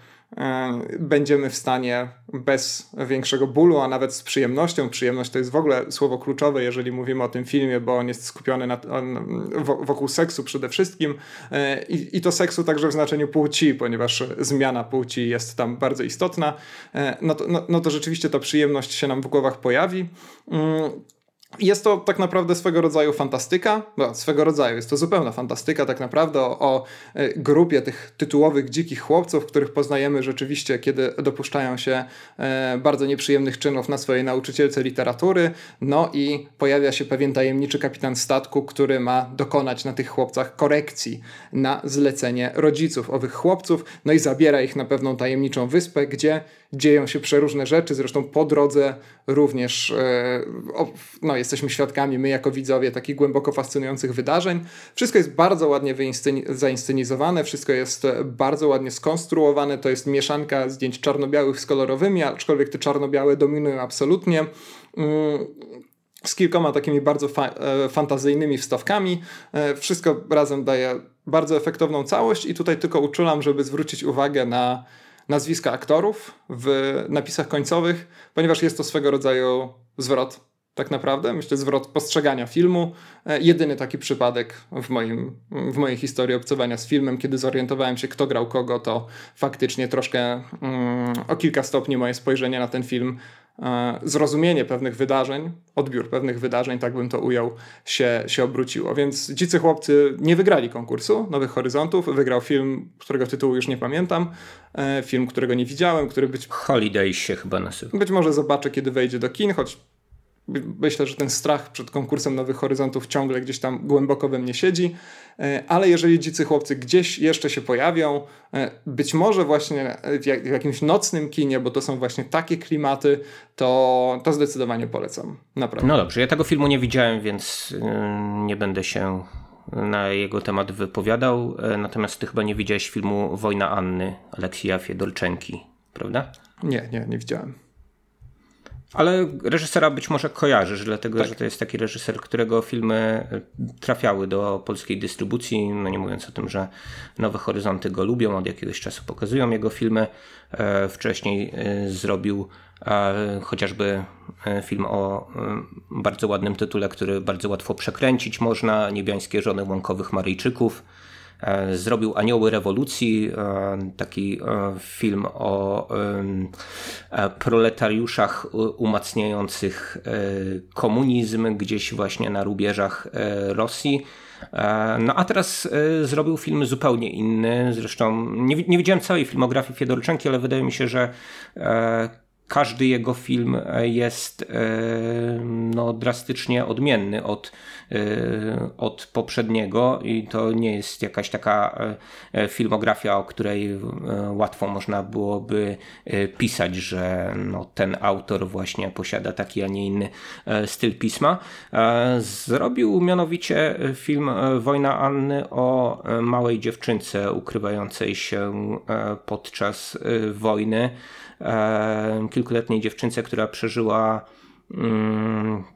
będziemy w stanie bez większego bólu, a nawet z przyjemnością. Przyjemność to jest w ogóle słowo kluczowe, jeżeli mówimy o tym filmie, bo on jest skupiony na, on, wokół seksu przede wszystkim I, i to seksu także w znaczeniu płci, ponieważ zmiana płci jest tam bardzo istotna. No to, no, no to rzeczywiście ta przyjemność się nam w głowach pojawi. Jest to tak naprawdę swego rodzaju fantastyka, no, swego rodzaju, jest to zupełna fantastyka tak naprawdę o, o grupie tych tytułowych dzikich chłopców, których poznajemy rzeczywiście, kiedy dopuszczają się e, bardzo nieprzyjemnych czynów na swojej nauczycielce literatury, no i pojawia się pewien tajemniczy kapitan statku, który ma dokonać na tych chłopcach korekcji na zlecenie rodziców owych chłopców, no i zabiera ich na pewną tajemniczą wyspę, gdzie dzieją się przeróżne rzeczy, zresztą po drodze również e, o, no, jesteśmy świadkami, my jako widzowie, takich głęboko fascynujących wydarzeń. Wszystko jest bardzo ładnie wyinsceni- zainscenizowane, wszystko jest bardzo ładnie skonstruowane, to jest mieszanka zdjęć czarno-białych z kolorowymi, aczkolwiek te czarno-białe dominują absolutnie. Mm. Z kilkoma takimi bardzo fa- e, fantazyjnymi wstawkami. E, wszystko razem daje bardzo efektowną całość i tutaj tylko uczulam, żeby zwrócić uwagę na nazwiska aktorów w napisach końcowych, ponieważ jest to swego rodzaju zwrot, tak naprawdę. Myślę, zwrot postrzegania filmu. E, jedyny taki przypadek w, moim, w mojej historii obcowania z filmem, kiedy zorientowałem się, kto grał kogo, to faktycznie troszkę mm, o kilka stopni moje spojrzenie na ten film, e, zrozumienie pewnych wydarzeń, odbiór pewnych wydarzeń, tak bym to ujął, się, się obróciło. Więc Dzicy Chłopcy nie wygrali konkursu Nowych Horyzontów. Wygrał film, którego tytułu już nie pamiętam. E, film, którego nie widziałem, który być... Holidays się chyba nazywa. Być może zobaczę, kiedy wejdzie do kin, choć myślę, że ten strach przed konkursem Nowych Horyzontów ciągle gdzieś tam głęboko we mnie siedzi, ale jeżeli Dzicy Chłopcy gdzieś jeszcze się pojawią, być może właśnie w jakimś nocnym kinie, bo to są właśnie takie klimaty, to, to zdecydowanie polecam. Naprawdę. No dobrze, ja tego filmu nie widziałem, więc nie będę się na jego temat wypowiadał, natomiast ty chyba nie widziałeś filmu Wojna Anny Aleksija Fiedorczenki, prawda? Nie, nie, nie widziałem. Ale reżysera być może kojarzysz, dlatego tak. że to jest taki reżyser, którego filmy trafiały do polskiej dystrybucji, no nie mówiąc o tym, że Nowe Horyzonty go lubią, od jakiegoś czasu pokazują jego filmy. E, wcześniej e, zrobił e, chociażby film o e, bardzo ładnym tytule, który bardzo łatwo przekręcić można, Niebiańskie żony łąkowych Maryjczyków. Zrobił Anioły rewolucji, taki film o proletariuszach umacniających komunizm gdzieś właśnie na rubieżach Rosji. No a teraz zrobił film zupełnie inny. Zresztą nie, nie widziałem całej filmografii Fiedorczenki, ale wydaje mi się, że każdy jego film jest no, drastycznie odmienny od, od poprzedniego i to nie jest jakaś taka filmografia, o której łatwo można byłoby pisać, że no, ten autor właśnie posiada taki, a nie inny styl pisma. Zrobił mianowicie film Wojna Anny o małej dziewczynce ukrywającej się podczas wojny. Kilkuletniej dziewczynce, która przeżyła um,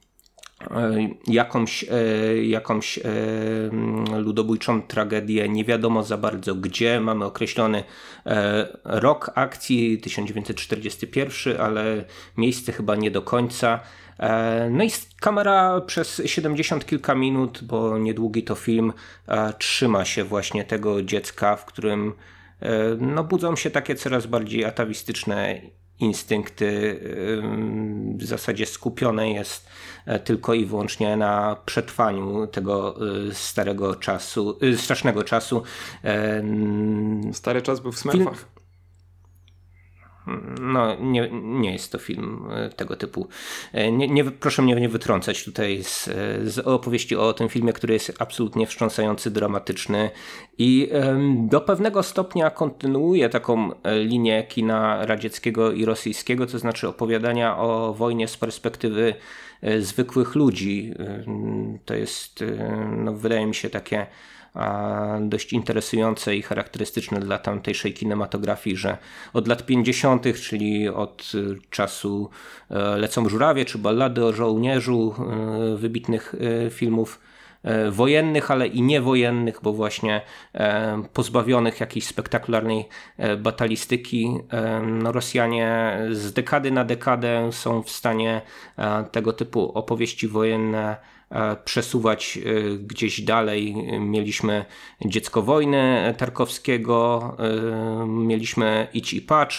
jakąś, jakąś ludobójczą tragedię, nie wiadomo za bardzo gdzie. Mamy określony rok akcji, tysiąc dziewięćset czterdziesty pierwszy, ale miejsce chyba nie do końca. No i kamera przez siedemdziesiąt kilka minut, bo niedługi to film, trzyma się właśnie tego dziecka, w którym no, budzą się takie coraz bardziej atawistyczne instynkty. W zasadzie skupione jest tylko i wyłącznie na przetrwaniu tego starego czasu, strasznego czasu. Stary czas był w Smurfach. Film... No, nie, nie jest to film tego typu. Nie, nie, proszę mnie nie wytrącać tutaj z, z opowieści o tym filmie, który jest absolutnie wstrząsający, dramatyczny i do pewnego stopnia kontynuuje taką linię kina radzieckiego i rosyjskiego, to znaczy opowiadania o wojnie z perspektywy zwykłych ludzi. To jest, no, wydaje mi się, takie dość interesujące i charakterystyczne dla tamtejszej kinematografii, że od lat pięćdziesiątych, czyli od czasu Lecą żurawie czy Ballady o żołnierzu, wybitnych filmów wojennych, ale i niewojennych, bo właśnie pozbawionych jakiejś spektakularnej batalistyki, no Rosjanie z dekady na dekadę są w stanie tego typu opowieści wojenne przesuwać gdzieś dalej. Mieliśmy Dziecko wojny Tarkowskiego, mieliśmy Idź i patrz,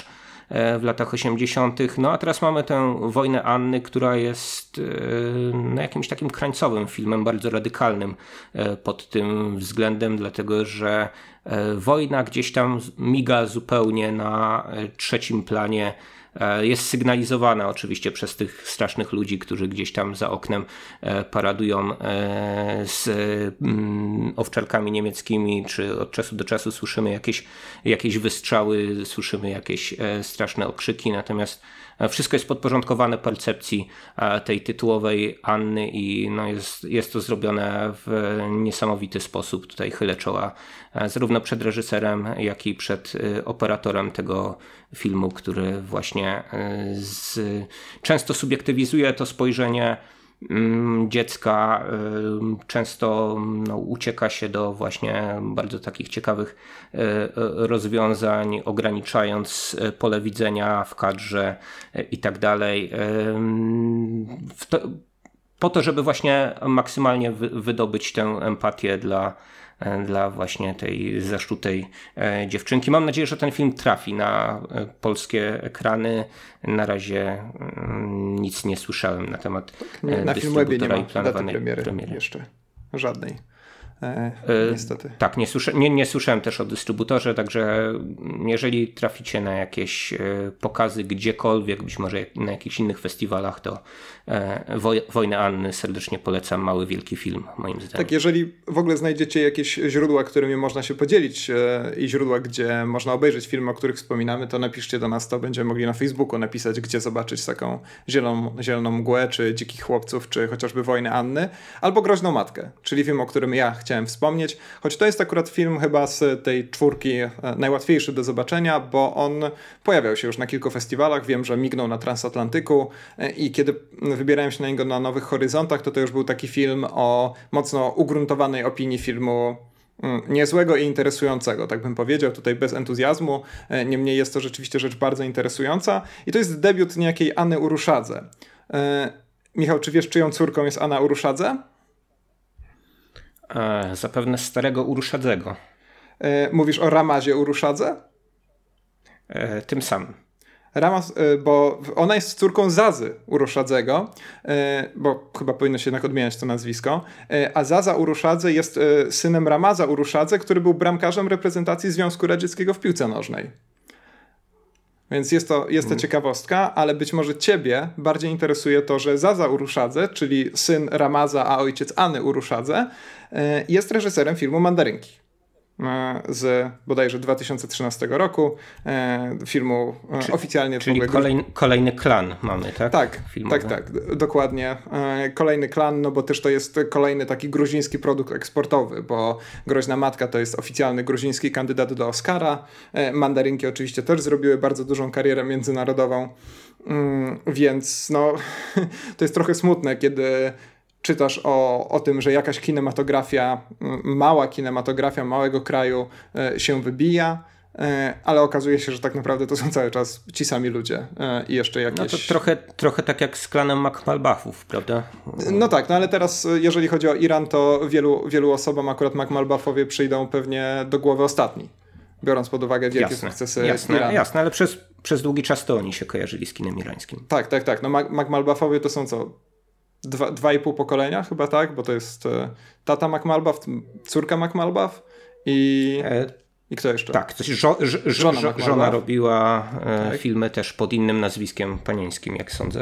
w latach osiemdziesiątych. No a teraz mamy tę Wojnę Anny, która jest no, jakimś takim krańcowym filmem, bardzo radykalnym pod tym względem, dlatego że wojna gdzieś tam miga zupełnie na trzecim planie. Jest sygnalizowana oczywiście przez tych strasznych ludzi, którzy gdzieś tam za oknem paradują z owczarkami niemieckimi, czy od czasu do czasu słyszymy jakieś, jakieś wystrzały, słyszymy jakieś straszne okrzyki, natomiast wszystko jest podporządkowane percepcji tej tytułowej Anny i no jest, jest to zrobione w niesamowity sposób. Tutaj chylę czoła zarówno przed reżyserem, jak i przed operatorem tego filmu, który właśnie z, często subiektywizuje to spojrzenie dziecka, często no, ucieka się do właśnie bardzo takich ciekawych rozwiązań, ograniczając pole widzenia w kadrze i tak dalej. Po to, żeby właśnie maksymalnie wydobyć tę empatię dla dla właśnie tej zaszczutej dziewczynki. Mam nadzieję, że ten film trafi na polskie ekrany. Na razie nic nie słyszałem na temat nie, na Filmwebie nie ma i planowanej daty premiery, premiery. Jeszcze żadnej. E, niestety. Tak, nie, słysza, nie, nie słyszałem też o dystrybutorze, także jeżeli traficie na jakieś pokazy gdziekolwiek, być może na jakichś innych festiwalach, to Woj, Wojnę Anny serdecznie polecam. Mały, wielki film, moim zdaniem. Tak, jeżeli w ogóle znajdziecie jakieś źródła, którymi można się podzielić i źródła, gdzie można obejrzeć filmy, o których wspominamy, to napiszcie do nas, to będziemy mogli na Facebooku napisać, gdzie zobaczyć taką zieloną, zieloną mgłę, czy Dzikich Chłopców, czy chociażby Wojnę Anny, albo Groźną Matkę, czyli film, o którym ja chciałem wspomnieć, choć to jest akurat film chyba z tej czwórki najłatwiejszy do zobaczenia, bo on pojawiał się już na kilku festiwalach, wiem, że mignął na Transatlantyku i kiedy wybierałem się na niego na Nowych Horyzontach, to to już był taki film o mocno ugruntowanej opinii filmu niezłego i interesującego, tak bym powiedział, tutaj bez entuzjazmu, niemniej jest to rzeczywiście rzecz bardzo interesująca i to jest debiut niejakiej Anny Uruszadze. Michał, czy wiesz, czyją córką jest Anna Uruszadze? E, zapewne starego Uruszadzego. E, mówisz o Ramazie Uruszadze? E, tym samym. Ramaz, bo ona jest córką Zazy Uruszadzego, bo chyba powinno się jednak odmieniać to nazwisko, a Zaza Uruszadze jest synem Ramaza Uruszadze, który był bramkarzem reprezentacji Związku Radzieckiego w piłce nożnej. Więc jest to, jest to hmm. ciekawostka, ale być może ciebie bardziej interesuje to, że Zaza Uruszadze, czyli syn Ramaza, a ojciec Anny Uruszadze, jest reżyserem filmu Mandarynki. Z bodajże dwa tysiące trzynastego roku, e, filmu e, Czy, oficjalnie... Czyli kolejny, kolejny klan mamy, tak? Tak, Filmowy. tak, tak, dokładnie. E, kolejny klan, no bo też to jest kolejny taki gruziński produkt eksportowy, bo Groźna Matka to jest oficjalny gruziński kandydat do Oscara. E, Mandarynki oczywiście też zrobiły bardzo dużą karierę międzynarodową, mm, więc no to jest trochę smutne, kiedy czytasz o, o tym, że jakaś kinematografia, mała kinematografia małego kraju e, się wybija, e, ale okazuje się, że tak naprawdę to są cały czas ci sami ludzie e, i jeszcze jakieś... No to trochę, trochę tak jak z klanem Makmalbafów, prawda? No tak, no ale teraz jeżeli chodzi o Iran, to wielu, wielu osobom akurat Makmalbafowie przyjdą pewnie do głowy ostatni, biorąc pod uwagę wielkie jasne, sukcesy jasne, Iranu. Jasne, ale przez, przez długi czas to oni się kojarzyli z kinem irańskim. Tak, tak, tak. No Makmalbafowie to są co... Dwa, dwa i pół pokolenia chyba, tak? Bo to jest e, tata Makmalbaf, córka Makmalbaf i, e, i kto jeszcze? Tak, coś, żo, żo, żona, żo, żona robiła e, tak. filmy też pod innym nazwiskiem panieńskim, jak sądzę.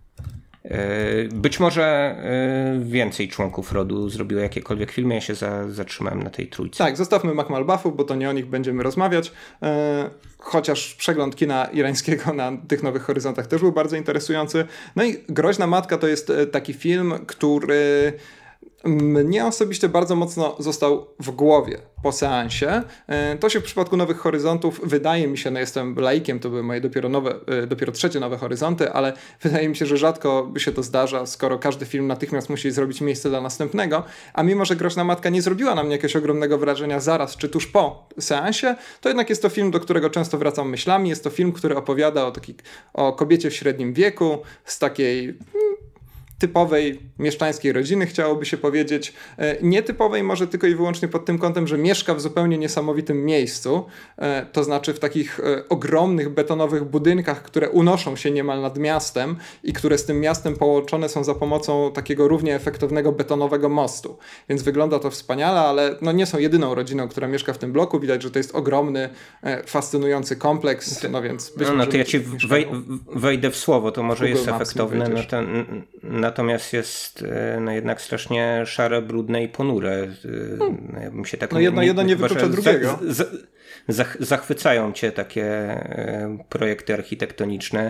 E, być może e, więcej członków rodu zrobiło jakiekolwiek filmy, ja się za, zatrzymałem na tej trójce. Tak, zostawmy Makmalbafów, bo to nie o nich będziemy rozmawiać. E, chociaż przegląd kina irańskiego na tych Nowych Horyzontach też był bardzo interesujący. No i Groźna Matka to jest taki film, który mnie osobiście bardzo mocno został w głowie po seansie. To się w przypadku Nowych Horyzontów wydaje mi się, no jestem laikiem, to były moje dopiero nowe, dopiero trzecie Nowe Horyzonty, ale wydaje mi się, że rzadko się to zdarza, skoro każdy film natychmiast musi zrobić miejsce dla następnego, a mimo, że Groźna Matka nie zrobiła na mnie jakiegoś ogromnego wrażenia zaraz czy tuż po seansie, to jednak jest to film, do którego często wracam myślami. Jest to film, który opowiada o, taki, o kobiecie w średnim wieku z takiej... typowej mieszczańskiej rodziny, chciałoby się powiedzieć. Nietypowej może tylko i wyłącznie pod tym kątem, że mieszka w zupełnie niesamowitym miejscu, to znaczy w takich ogromnych betonowych budynkach, które unoszą się niemal nad miastem i które z tym miastem połączone są za pomocą takiego równie efektownego betonowego mostu. Więc wygląda to wspaniale, ale no nie są jedyną rodziną, która mieszka w tym bloku. Widać, że to jest ogromny, fascynujący kompleks, no więc być no, może... No to ja ci wej, wejdę w słowo, to może jest efektowne, no to, natomiast jest no jednak strasznie szare, brudne i ponure. No, ja bym się tak no jedno, nie, jedno nie wyklucza drugiego. Za, za, zach, zachwycają cię takie projekty architektoniczne,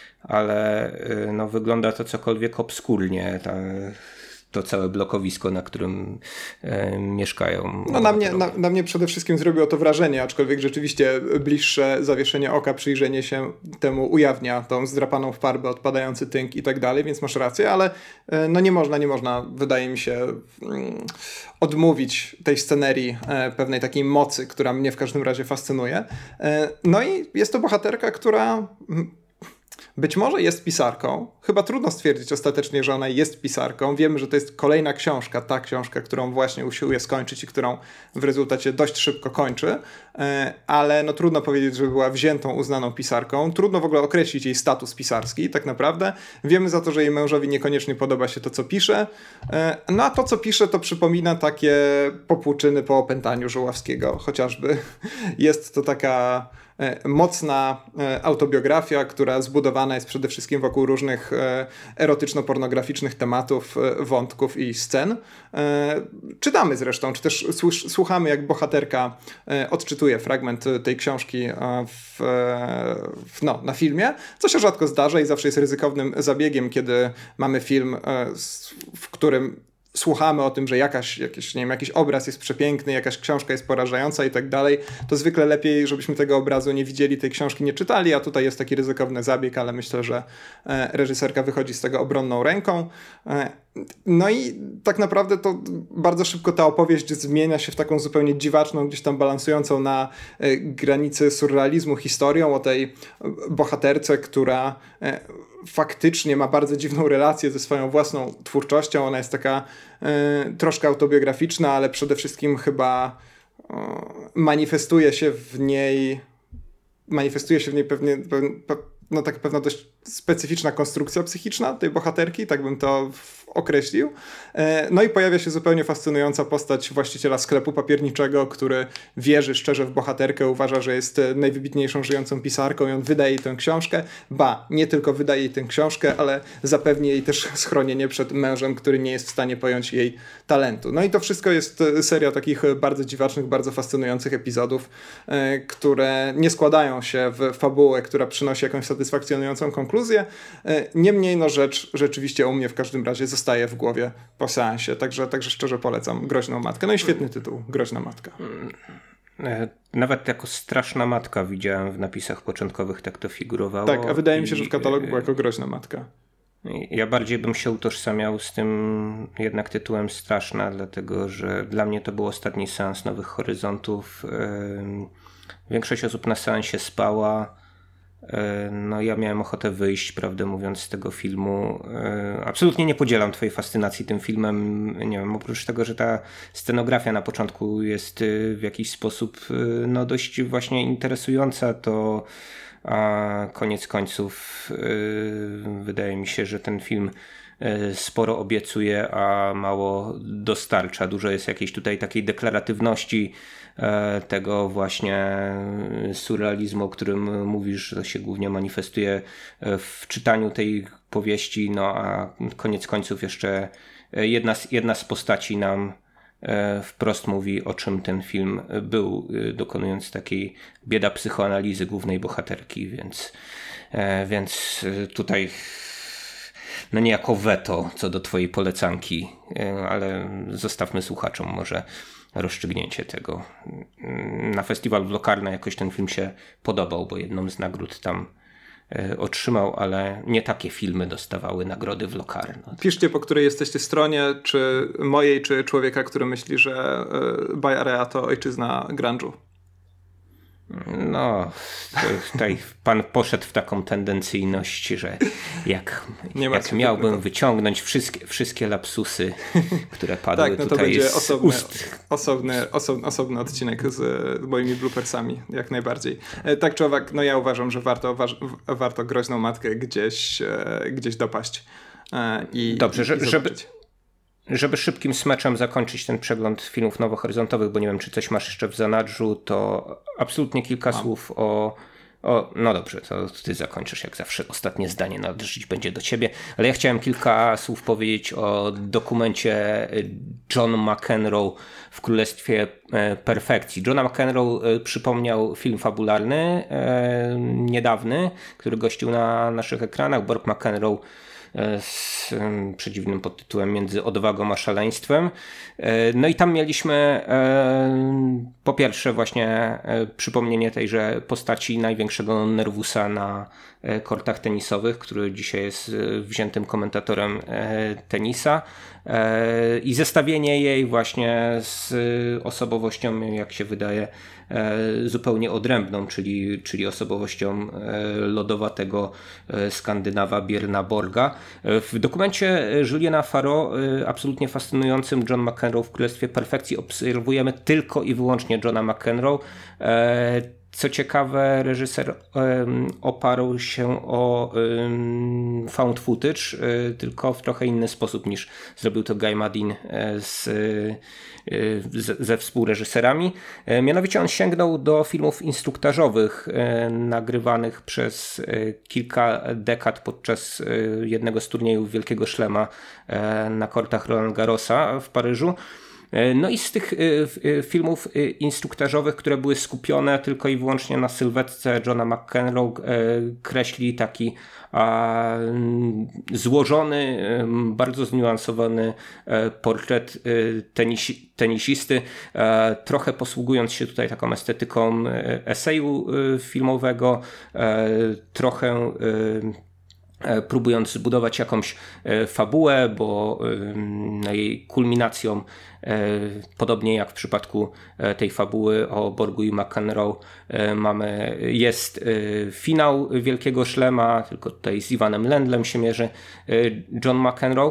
ale no, wygląda to cokolwiek obskurnie. Ta, to całe blokowisko, na którym e, mieszkają. No na mnie, na, na mnie przede wszystkim zrobiło to wrażenie, aczkolwiek rzeczywiście bliższe zawieszenie oka, przyjrzenie się temu ujawnia tą zdrapaną w farbę, odpadający tynk i tak dalej, więc masz rację, ale e, no nie można, nie można, wydaje mi się, mm, odmówić tej scenerii e, pewnej takiej mocy, która mnie w każdym razie fascynuje. E, no i jest to bohaterka, która... Być może jest pisarką. Chyba trudno stwierdzić ostatecznie, że ona jest pisarką. Wiemy, że to jest kolejna książka, ta książka, którą właśnie usiłuje skończyć i którą w rezultacie dość szybko kończy, ale no trudno powiedzieć, że była wziętą, uznaną pisarką. Trudno w ogóle określić jej status pisarski, tak naprawdę. Wiemy za to, że jej mężowi niekoniecznie podoba się to, co pisze. No a to, co pisze, to przypomina takie popłuczyny po opętaniu Żuławskiego chociażby. Jest to taka... mocna autobiografia, która zbudowana jest przede wszystkim wokół różnych erotyczno-pornograficznych tematów, wątków i scen. Czytamy zresztą, czy też słuchamy, jak bohaterka odczytuje fragment tej książki w, w, no, na filmie, co się rzadko zdarza i zawsze jest ryzykownym zabiegiem, kiedy mamy film, w którym słuchamy o tym, że jakaś, jakiś, nie wiem, jakiś obraz jest przepiękny, jakaś książka jest porażająca i tak dalej, to zwykle lepiej, żebyśmy tego obrazu nie widzieli, tej książki nie czytali, a tutaj jest taki ryzykowny zabieg, ale myślę, że reżyserka wychodzi z tego obronną ręką. No i tak naprawdę to bardzo szybko ta opowieść zmienia się w taką zupełnie dziwaczną, gdzieś tam balansującą na granicy surrealizmu historią o tej bohaterce, która faktycznie ma bardzo dziwną relację ze swoją własną twórczością. Ona jest taka y, troszkę autobiograficzna, ale przede wszystkim chyba y, manifestuje się w niej manifestuje się w niej pewnie pe, no tak pewna dość specyficzna konstrukcja psychiczna tej bohaterki, tak bym to określił. No i pojawia się zupełnie fascynująca postać właściciela sklepu papierniczego, który wierzy szczerze w bohaterkę, uważa, że jest najwybitniejszą żyjącą pisarką i on wydaje jej tę książkę. Ba, nie tylko wydaje jej tę książkę, ale zapewni jej też schronienie przed mężem, który nie jest w stanie pojąć jej talentu. No i to wszystko jest seria takich bardzo dziwacznych, bardzo fascynujących epizodów, które nie składają się w fabułę, która przynosi jakąś satysfakcjonującą konkluzję. Niemniej no rzecz rzeczywiście u mnie w każdym razie zostaje w głowie po seansie, także, także szczerze polecam Groźną Matkę. No i świetny tytuł, Groźna Matka. Nawet jako Straszna Matka widziałem w napisach początkowych, tak to figurowało. Tak, a wydaje mi się, że w katalogu była jako Groźna Matka. Ja bardziej bym się utożsamiał z tym jednak tytułem Straszna, dlatego że dla mnie to był ostatni seans Nowych Horyzontów. Większość osób na seansie spała. No ja miałem ochotę wyjść, prawdę mówiąc, z tego filmu. Absolutnie nie podzielam twojej fascynacji tym filmem. Nie wiem, oprócz tego, że ta scenografia na początku jest w jakiś sposób no dość właśnie interesująca, to a koniec końców wydaje mi się, że ten film sporo obiecuje, a mało dostarcza. Dużo jest jakiejś tutaj takiej deklaratywności tego właśnie surrealizmu, o którym mówisz, że się głównie manifestuje w czytaniu tej powieści, no a koniec końców jeszcze jedna z, jedna z postaci nam wprost mówi, o czym ten film był, dokonując takiej bieda psychoanalizy głównej bohaterki, więc, więc tutaj no niejako weto co do twojej polecanki, ale zostawmy słuchaczom może rozstrzygnięcie tego. Na festiwalu w Locarno jakoś ten film się podobał, bo jedną z nagród tam otrzymał, ale nie takie filmy dostawały nagrody w Locarno. Piszcie, po której jesteście stronie, czy mojej, czy człowieka, który myśli, że Bay Area to ojczyzna grunge'u. No, tutaj pan poszedł w taką tendencyjność, że jak, jak miałbym wyciągnąć wszystkie, wszystkie lapsusy, które padły tak, no to tutaj będzie z osobny, ust. Osobny, osobny, osobny odcinek z, z moimi bloopersami, jak najbardziej. Tak czy owak, no ja uważam, że warto, wa- warto Groźną Matkę gdzieś, gdzieś dopaść. I, Dobrze, i, że, i żeby... Żeby szybkim smeczem zakończyć ten przegląd filmów nowohoryzontowych, bo nie wiem, czy coś masz jeszcze w zanadrzu, to absolutnie kilka Mam. słów o, o... No dobrze, to ty zakończysz jak zawsze. Ostatnie zdanie należeć będzie do ciebie. Ale ja chciałem kilka słów powiedzieć o dokumencie John McEnroe w Królestwie Perfekcji. Johna McEnroe przypomniał film fabularny, niedawny, który gościł na naszych ekranach. Bob McEnroe z przedziwnym podtytułem Między odwagą a szaleństwem. No i tam mieliśmy po pierwsze właśnie przypomnienie tejże postaci największego nerwusa na kortach tenisowych, który dzisiaj jest wziętym komentatorem tenisa, i zestawienie jej właśnie z osobowością, jak się wydaje, zupełnie odrębną, czyli, czyli osobowością lodowatego Skandynawa Björna Borga. W dokumencie Juliana Faro, absolutnie fascynującym John McEnroe w Królestwie Perfekcji, obserwujemy tylko i wyłącznie Johna McEnroe. Co ciekawe, reżyser um, oparł się o um, found footage, y, tylko w trochę inny sposób niż zrobił to Guy Maddin z, y, z, ze współreżyserami. Y, mianowicie on sięgnął do filmów instruktażowych y, nagrywanych przez y, kilka dekad podczas y, jednego z turniejów Wielkiego Szlema y, na kortach Roland Garrosa w Paryżu. No i z tych filmów instruktażowych, które były skupione tylko i wyłącznie na sylwetce Johna McEnroe, kreśli taki złożony, bardzo zniuansowany portret tenisi, tenisisty, trochę posługując się tutaj taką estetyką eseju filmowego, trochę próbując zbudować jakąś fabułę, bo jej kulminacją, podobnie jak w przypadku tej fabuły o Borgu i McEnroe, mamy, jest finał Wielkiego Szlema, tylko tutaj z Iwanem Lendlem się mierzy John McEnroe.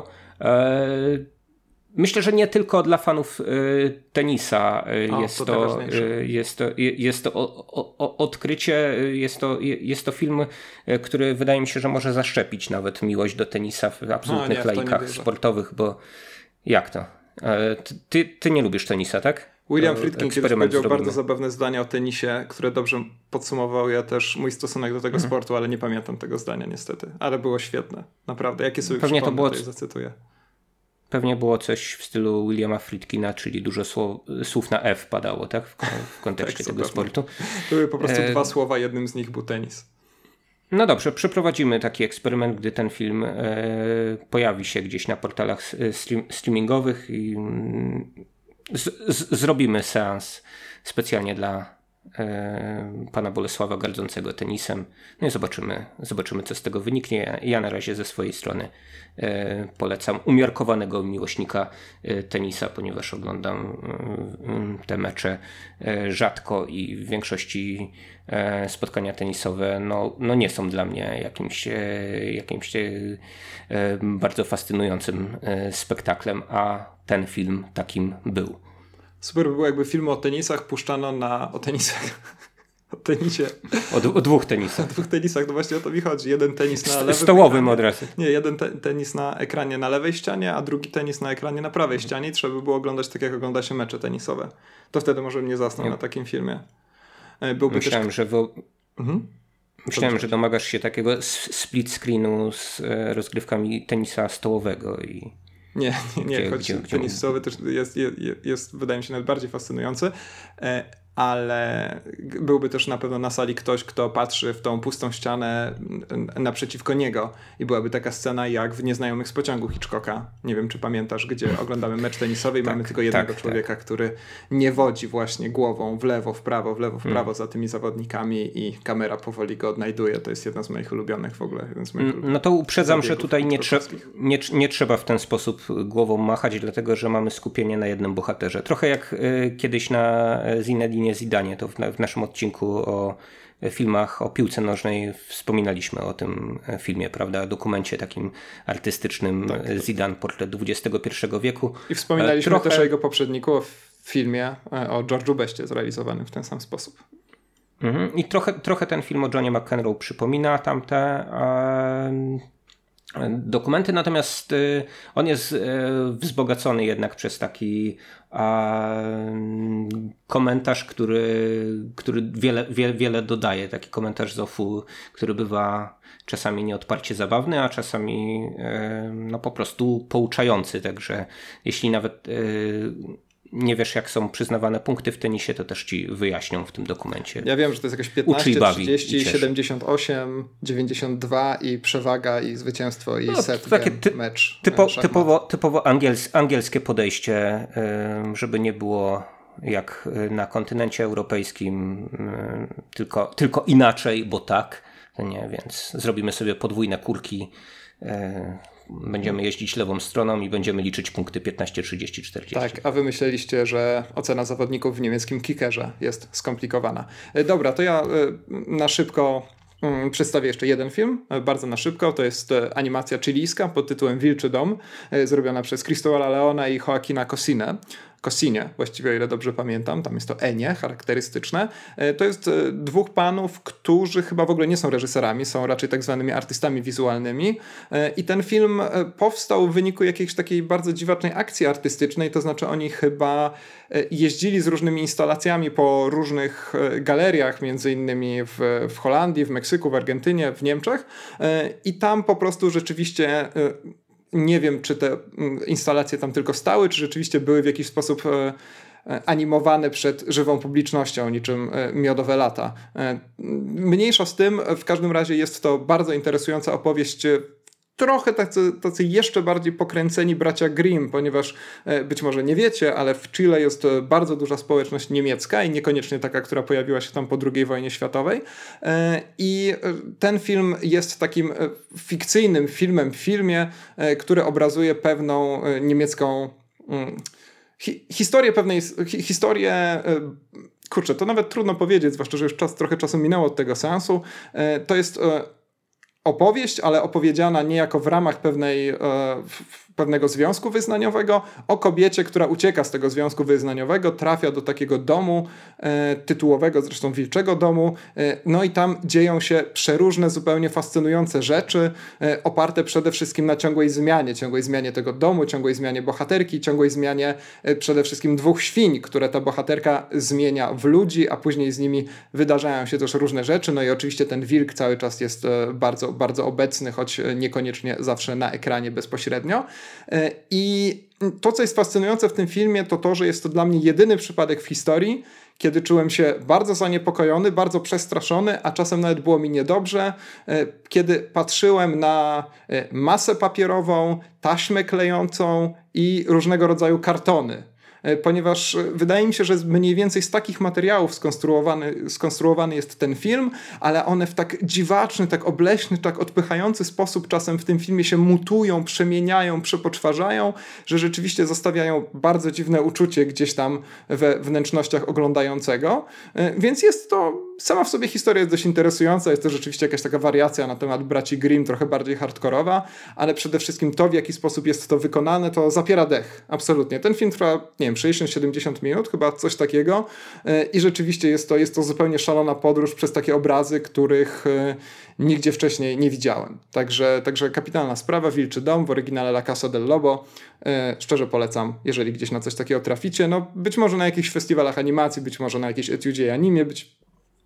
Myślę, że nie tylko dla fanów y, tenisa y, o, jest, to to, y, jest, to, y, jest to o, o, odkrycie, jest to, jest to film, y, który wydaje mi się, że może zaszczepić nawet miłość do tenisa w absolutnych no, nie, laikach sportowych, bo jak to? Y, ty, ty nie lubisz tenisa, tak? William Friedkin kiedyś powiedział zrobimy. bardzo zabawne zdanie o tenisie, które dobrze podsumował ja też mój stosunek do tego mhm. sportu, ale nie pamiętam tego zdania niestety, ale było świetne, naprawdę. Jakie sobie Pewnie to było... to zacytuję. Pewnie było coś w stylu Williama Friedkina, czyli dużo słów, słów na F padało, tak? W, w kontekście tak, tego sportu. Były po prostu e... dwa słowa, jednym z nich był tenis. No dobrze, przeprowadzimy taki eksperyment, gdy ten film e, pojawi się gdzieś na portalach stream, streamingowych i z, z, zrobimy seans specjalnie dla e, pana Bolesława gardzącego tenisem. No i zobaczymy, zobaczymy, co z tego wyniknie. Ja na razie ze swojej strony e, polecam umiarkowanego miłośnika e, tenisa, ponieważ oglądam e, te mecze e, rzadko i w większości e, spotkania tenisowe no, no nie są dla mnie jakimś, e, jakimś e, bardzo fascynującym e, spektaklem, a ten film takim był. Super by było, jakby filmy o tenisach puszczano na... o tenisach... o tenisie. O, o dwóch tenisach. O dwóch tenisach, no właśnie o to mi chodzi. Jeden tenis na lewym stołowym ekranie. Od razu. Nie, jeden te- tenis na ekranie na lewej ścianie, a drugi tenis na ekranie na prawej ścianie i trzeba by było oglądać tak, jak ogląda się mecze tenisowe. To wtedy może mnie zasnął na takim filmie. Byłby Myślałem, też... że... Wy... Mhm. Myślałem, że domagasz się takiego split screenu z rozgrywkami tenisa stołowego i... Nie, nie, nie. Gdzie, choć gdzie, tenisowy też jest, jest, jest, wydaje mi się, nawet bardziej fascynujący, ale byłby też na pewno na sali ktoś, kto patrzy w tą pustą ścianę naprzeciwko niego i byłaby taka scena jak w Nieznajomych z pociągu Hitchcocka. Nie wiem, czy pamiętasz, gdzie oglądamy mecz tenisowy i tak, mamy tylko jednego tak, człowieka, tak. który nie wodzi właśnie głową w lewo, w prawo, w lewo, w prawo hmm. za tymi zawodnikami i kamera powoli go odnajduje. To jest jedna z moich ulubionych w ogóle. Jeden z moich ulubionych no to uprzedzam, że tutaj nie, trze- nie, nie trzeba w ten sposób głową machać, dlatego że mamy skupienie na jednym bohaterze. Trochę jak y, kiedyś na Zinedine Zinedynie Zidanie. To w, w naszym odcinku o filmach o piłce nożnej wspominaliśmy o tym filmie, prawda? Dokumencie takim artystycznym tak, Zidane, portret dwudziestego pierwszego wieku. I wspominaliśmy Trochę... też o jego poprzedniku w filmie o George'u Bestie zrealizowanym w ten sam sposób. Mhm. I trochę, trochę ten film o Johnie McEnroe przypomina tamte e, dokumenty, natomiast e, on jest e, wzbogacony jednak przez taki e, komentarz, który, który wiele, wiele, wiele dodaje. Taki komentarz z Zofu, który bywa czasami nieodparcie zabawny, a czasami e, no, po prostu pouczający. Także jeśli nawet e, nie wiesz, jak są przyznawane punkty w tenisie, to też ci wyjaśnią w tym dokumencie. Ja wiem, że to jest jakieś piętnaście, trzydzieści, siedemdziesiąt osiem, dziewięćdziesiąt dwa i przewaga i zwycięstwo i no, set takie game, ty, mecz. Typo, typowo typowo angiels, angielskie podejście, żeby nie było jak na kontynencie europejskim, tylko, tylko inaczej, bo tak. Nie, więc zrobimy sobie podwójne kurki. Będziemy jeździć lewą stroną i będziemy liczyć punkty piętnaście, trzydzieści, czterdzieści. Tak, a wy myśleliście, że ocena zawodników w niemieckim kickerze jest skomplikowana. Dobra, to ja na szybko przedstawię jeszcze jeden film, bardzo na szybko. To jest animacja chilijska pod tytułem Wilczy Dom, zrobiona przez Cristovala Leona i Joaquina Cosinę. Cosinie, właściwie o ile dobrze pamiętam, tam jest to Enie charakterystyczne. To jest dwóch panów, którzy chyba w ogóle nie są reżyserami, są raczej tak zwanymi artystami wizualnymi i ten film powstał w wyniku jakiejś takiej bardzo dziwacznej akcji artystycznej, to znaczy oni chyba jeździli z różnymi instalacjami po różnych galeriach, między innymi w, w Holandii, w Meksyku, w Argentynie, w Niemczech i tam po prostu rzeczywiście... Nie wiem, czy te instalacje tam tylko stały, czy rzeczywiście były w jakiś sposób animowane przed żywą publicznością, niczym Miodowe lata. Mniejsza z tym, w każdym razie jest to bardzo interesująca opowieść. Trochę tacy, tacy jeszcze bardziej pokręceni bracia Grimm, ponieważ być może nie wiecie, ale w Chile jest bardzo duża społeczność niemiecka i niekoniecznie taka, która pojawiła się tam po drugiej wojnie światowej. I ten film jest takim fikcyjnym filmem w filmie, który obrazuje pewną niemiecką hi, historię pewnej hi, historię kurczę, to nawet trudno powiedzieć, zwłaszcza, że już czas, trochę czasu minęło od tego seansu. To jest opowieść, ale opowiedziana niejako w ramach pewnej, e, pewnego związku wyznaniowego o kobiecie, która ucieka z tego związku wyznaniowego, trafia do takiego domu e, tytułowego, zresztą wilczego domu, e, no i tam dzieją się przeróżne, zupełnie fascynujące rzeczy, e, oparte przede wszystkim na ciągłej zmianie, ciągłej zmianie tego domu, ciągłej zmianie bohaterki, ciągłej zmianie e, przede wszystkim dwóch świń, które ta bohaterka zmienia w ludzi, a później z nimi wydarzają się też różne rzeczy, no i oczywiście ten wilk cały czas jest e, bardzo, bardzo obecny, choć niekoniecznie zawsze na ekranie bezpośrednio. I to, co jest fascynujące w tym filmie, to to, że jest to dla mnie jedyny przypadek w historii, kiedy czułem się bardzo zaniepokojony, bardzo przestraszony, a czasem nawet było mi niedobrze, kiedy patrzyłem na masę papierową, taśmę klejącą i różnego rodzaju kartony. Ponieważ wydaje mi się, że mniej więcej z takich materiałów skonstruowany, skonstruowany jest ten film, ale one w tak dziwaczny, tak obleśny, tak odpychający sposób czasem w tym filmie się mutują, przemieniają, przepoczwarzają, że rzeczywiście zostawiają bardzo dziwne uczucie gdzieś tam we wnętrznościach oglądającego. Więc jest to, sama w sobie historia jest dość interesująca, jest to rzeczywiście jakaś taka wariacja na temat braci Grimm, trochę bardziej hardkorowa, ale przede wszystkim to, w jaki sposób jest to wykonane, to zapiera dech. Absolutnie. Ten film trwa, nie wiem, sześćdziesiąt siedemdziesiąt minut, chyba coś takiego i rzeczywiście jest to, jest to zupełnie szalona podróż przez takie obrazy, których nigdzie wcześniej nie widziałem. Także, także kapitalna sprawa, Wilczy Dom w oryginale La Casa del Lobo. Szczerze polecam, jeżeli gdzieś na coś takiego traficie. No, być może na jakichś festiwalach animacji, być może na jakiejś etiudzie animie, być,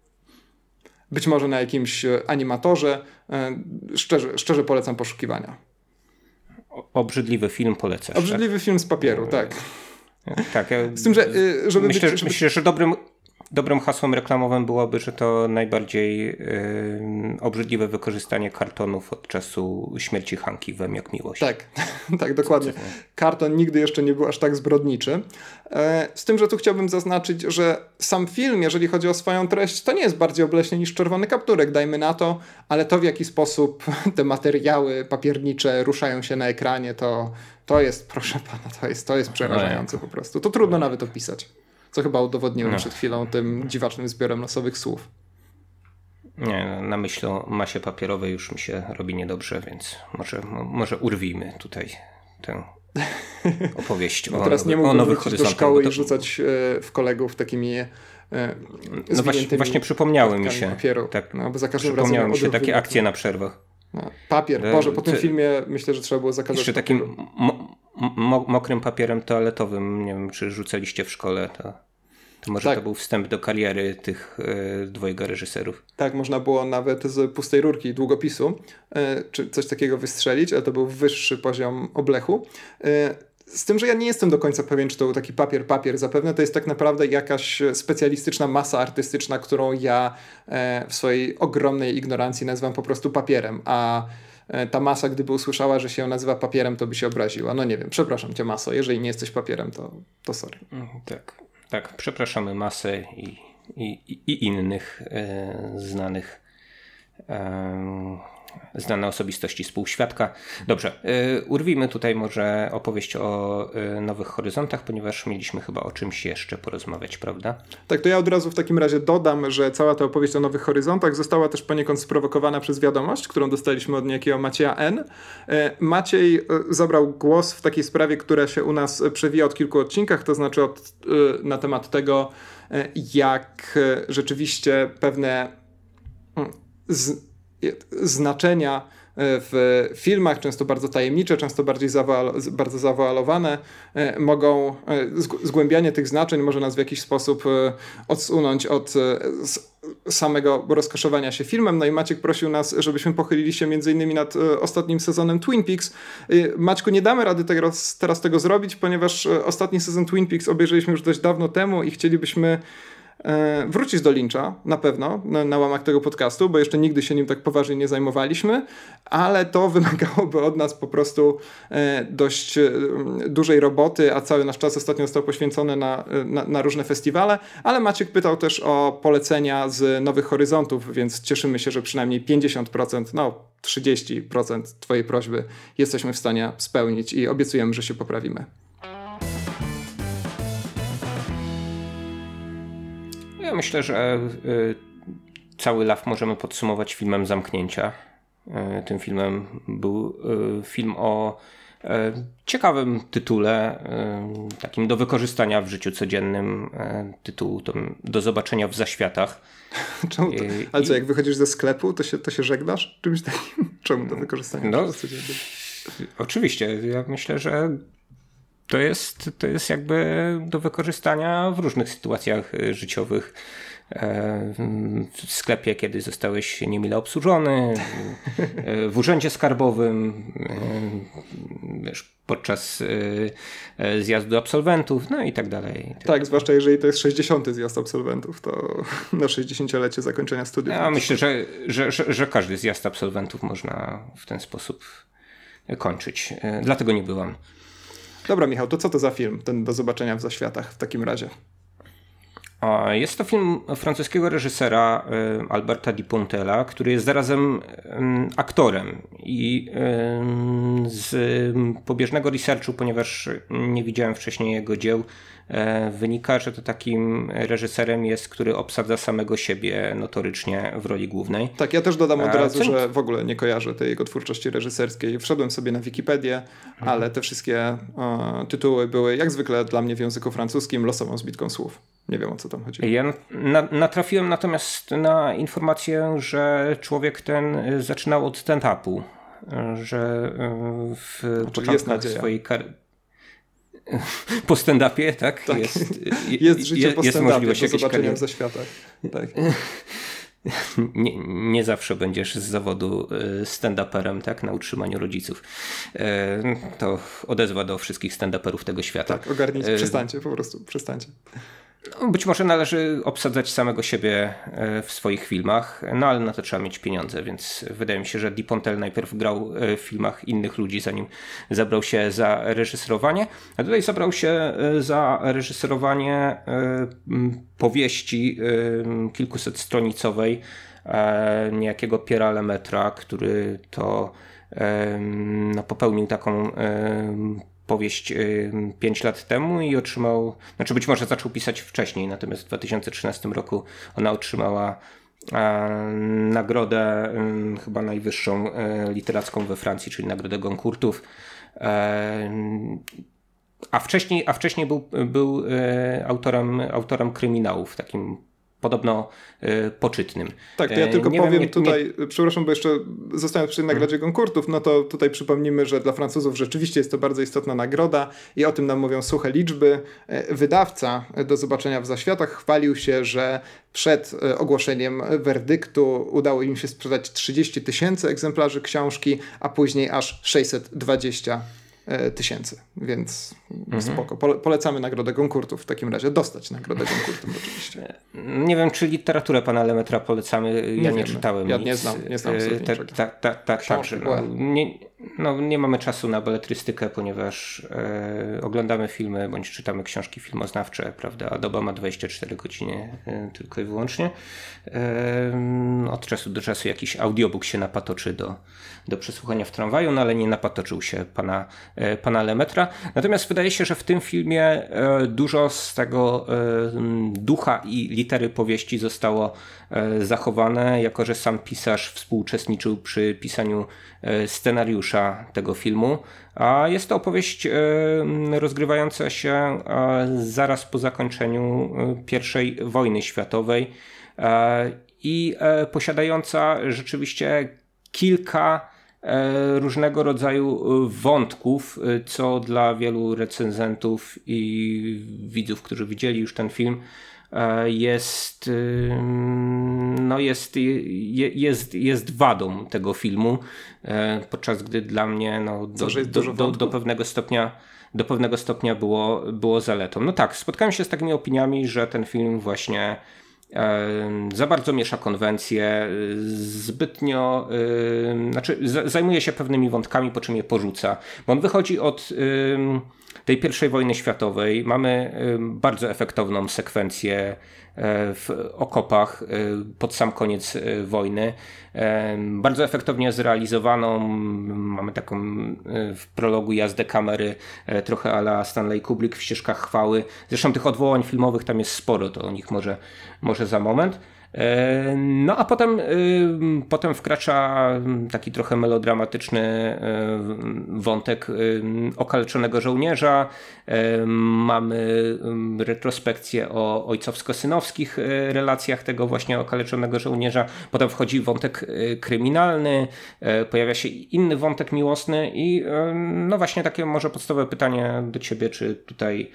być może na jakimś animatorze. Szczerze, szczerze polecam poszukiwania. Obrzydliwy film polecasz. Obrzydliwy tak? film z papieru, tak. Tak, ja z tym, że, żeby myślę, być, żeby... myślę, że dobrym, dobrym hasłem reklamowym byłoby, że to najbardziej yy, obrzydliwe wykorzystanie kartonów od czasu śmierci Hanki w M jak miłość. Tak, tak, dokładnie. Karton nigdy jeszcze nie był aż tak zbrodniczy. Z tym, że tu chciałbym zaznaczyć, że sam film, jeżeli chodzi o swoją treść, to nie jest bardziej obleśny niż Czerwony kapturek, dajmy na to, ale to, w jaki sposób te materiały papiernicze ruszają się na ekranie, to, to jest, proszę pana, to jest, to jest przerażające po prostu. To trudno nawet opisać. Co chyba udowodniłem No. przed chwilą tym dziwacznym zbiorem losowych słów. Nie, na myśl o masie papierowej już mi się robi niedobrze, więc może, może urwijmy tutaj tę opowieść No o, teraz nowy, nie o mógłbym nowych wrócić do horyzontach. szkoły bo i to- rzucać e, w kolegów takimi e, No właśnie, właśnie przypomniały mi się. papieru. Tak, No, bo za każdym przypomniały razem mi się odruch takie wybuchł. akcje na przerwach. No, papier. E, Boże, po tym ty- filmie myślę, że trzeba było zakazać Jeszcze papieru. takim mo- mo- mokrym papierem toaletowym, nie wiem, czy rzucaliście w szkole, to, to może Tak. to był wstęp do kariery tych e, dwojga reżyserów. Tak, można było nawet z pustej rurki długopisu e, czy coś takiego wystrzelić, ale to był wyższy poziom oblechu. E, Z tym, że ja nie jestem do końca pewien, czy to był taki papier, papier. Zapewne to jest tak naprawdę jakaś specjalistyczna masa artystyczna, którą ja e, w swojej ogromnej ignorancji nazywam po prostu papierem, a e, ta masa, gdyby usłyszała, że się nazywa papierem, to by się obraziła. No nie wiem, przepraszam cię, maso, jeżeli nie jesteś papierem, to, to sorry. Mhm, Tak, tak, przepraszamy masę i, i, i innych e, znanych e, znane osobistości współświadka. Dobrze, e, urwijmy tutaj może opowieść o e, Nowych Horyzontach, ponieważ mieliśmy chyba o czymś jeszcze porozmawiać, prawda? Tak, to ja od razu w takim razie dodam, że cała ta opowieść o Nowych Horyzontach została też poniekąd sprowokowana przez wiadomość, którą dostaliśmy od niejakiego Macieja N. E, Maciej e, zabrał głos w takiej sprawie, która się u nas przewija od kilku odcinkach, to znaczy od, e, na temat tego, e, jak e, rzeczywiście pewne mm, z, znaczenia w filmach, często bardzo tajemnicze, często bardziej zawoal- bardzo zawoalowane, e, mogą, e, zg- zgłębianie tych znaczeń może nas w jakiś sposób e, odsunąć od e, s- samego rozkoszowania się filmem. No i Maciek prosił nas, żebyśmy pochylili się między innymi nad e, ostatnim sezonem Twin Peaks. E, Maćku, nie damy rady teraz, teraz tego zrobić, ponieważ e, ostatni sezon Twin Peaks obejrzeliśmy już dość dawno temu i chcielibyśmy E, wrócić do Lyncha, na pewno, na, na łamach tego podcastu, bo jeszcze nigdy się nim tak poważnie nie zajmowaliśmy, ale to wymagałoby od nas po prostu e, dość e, dużej roboty, a cały nasz czas ostatnio został poświęcony na, na, na różne festiwale, ale Maciek pytał też o polecenia z Nowych Horyzontów, więc cieszymy się, że przynajmniej pięćdziesiąt procent, no trzydzieści procent twojej prośby jesteśmy w stanie spełnić i obiecujemy, że się poprawimy. Ja myślę, że y, cały L A W możemy podsumować filmem Zamknięcia. Y, tym filmem był y, film o y, ciekawym tytule, y, takim do wykorzystania w życiu codziennym, y, tytuł to, do zobaczenia w zaświatach. Czemu to? I- Ale co, i- jak wychodzisz ze sklepu, to się, to się żegnasz czymś takim? Czemu to wykorzystanie? No, przez codziennie? Oczywiście, ja myślę, że to jest, to jest jakby do wykorzystania w różnych sytuacjach y, życiowych. E, W sklepie, kiedy zostałeś niemile obsłużony, e, w urzędzie skarbowym, e, wiesz, podczas e, e, zjazdu absolwentów, no i tak dalej. Tak, zwłaszcza jeżeli to jest sześćdziesiąty zjazd absolwentów, to na sześćdziesięciolecie zakończenia studiów. Ja myślę, że, że, że, że każdy zjazd absolwentów można w ten sposób kończyć. E, Dlatego nie byłam. Dobra, Michał, to co to za film, ten do zobaczenia w zaświatach w takim razie? A, Jest to film francuskiego reżysera y, Alberta Dupontela, który jest zarazem y, aktorem i y, z pobieżnego researchu, ponieważ nie widziałem wcześniej jego dzieł, y, wynika, że to takim reżyserem jest, który obsadza samego siebie notorycznie w roli głównej. Tak, ja też dodam od A, razu, co- że w ogóle nie kojarzę tej jego twórczości reżyserskiej. Wszedłem sobie na Wikipedię, ale te wszystkie e, tytuły były jak zwykle dla mnie w języku francuskim losową zbitką słów. Nie wiem, o co tam chodzi. Ja na, natrafiłem natomiast na informację, że człowiek ten y, zaczynał od stand-upu, y, że y, w jest początkach nadzieja. swojej kariery po stand-upie, tak? Tak. Jest, y, Jest życie je- po jest stand-upie, możliwość do jakiejś zobaczenia kariery. w zaświatach. Tak. Nie, nie zawsze będziesz z zawodu y, stand-uperem, tak? Na utrzymaniu rodziców. Y, To odezwa do wszystkich stand-uperów tego świata. Tak, ogarnijcie, Y, przestańcie, po prostu, przestańcie. Być może należy obsadzać samego siebie e, w swoich filmach, no ale na to trzeba mieć pieniądze, więc wydaje mi się, że Dupontel najpierw grał e, w filmach innych ludzi, zanim zabrał się za reżyserowanie, a tutaj zabrał się e, za reżyserowanie e, m, powieści e, kilkusetstronicowej e, niejakiego Pierre'a Lemaître'a, który to e, no, popełnił taką e, powieść pięć lat temu i otrzymał, znaczy być może zaczął pisać wcześniej, natomiast w dwa tysiące trzynastym roku ona otrzymała nagrodę chyba najwyższą literacką we Francji, czyli nagrodę Goncourtów. A wcześniej, a wcześniej był, był autorem, autorem kryminałów, takim podobno y, poczytnym. Tak, to ja tylko nie powiem wiem, nie, tutaj, nie... przepraszam, bo jeszcze zostając przy nagrodzie Goncourtów, no to tutaj przypomnimy, że dla Francuzów rzeczywiście jest to bardzo istotna nagroda i o tym nam mówią suche liczby. Wydawca Do zobaczenia w zaświatach chwalił się, że przed ogłoszeniem werdyktu udało im się sprzedać trzydzieści tysięcy egzemplarzy książki, a później aż sześćset dwadzieścia tysięcy, więc mhm. spoko. Pole- polecamy nagrodę Goncourtów w takim razie. Dostać nagrodę Goncourtów oczywiście. Nie wiem, czy literaturę pana Lemetra polecamy. Ja nie, nie czytałem Ja nic. nie znam, nie znam Tak, tak, tak, tak. Także no, nie, no, nie mamy czasu na beletrystykę, ponieważ e, oglądamy filmy, bądź czytamy książki filmoznawcze, prawda? A doba ma dwadzieścia cztery godziny e, tylko i wyłącznie. E, od czasu do czasu jakiś audiobook się napatoczy do, do przesłuchania w tramwaju, no ale nie napatoczył się pana pana Lemetra. Natomiast wydaje się, że w tym filmie dużo z tego ducha i litery powieści zostało zachowane, jako że sam pisarz współuczestniczył przy pisaniu scenariusza tego filmu. A jest to opowieść rozgrywająca się zaraz po zakończeniu pierwszej wojny światowej i posiadająca rzeczywiście kilka różnego rodzaju wątków, co dla wielu recenzentów i widzów, którzy widzieli już ten film, jest, no jest, jest, jest wadą tego filmu, podczas gdy dla mnie no, do, do, do, do pewnego stopnia do pewnego stopnia było, było zaletą. No tak, spotkałem się z takimi opiniami, że ten film właśnie za bardzo miesza konwencje, zbytnio, yy, znaczy z, zajmuje się pewnymi wątkami, po czym je porzuca. Bo on wychodzi od yy, tej pierwszej wojny światowej. Mamy yy, bardzo efektowną sekwencję yy, w okopach yy, pod sam koniec yy, wojny. Yy, bardzo efektownie zrealizowaną. Mamy taką yy, w prologu jazdę kamery yy, trochę a la Stanley Kubrick w Ścieżkach chwały. Zresztą tych odwołań filmowych tam jest sporo, to o nich może Może za moment. No a potem, potem wkracza taki trochę melodramatyczny wątek okaleczonego żołnierza. Mamy retrospekcję o ojcowsko-synowskich relacjach tego właśnie okaleczonego żołnierza. Potem wchodzi wątek kryminalny, pojawia się inny wątek miłosny i no właśnie takie może podstawowe pytanie do ciebie, czy tutaj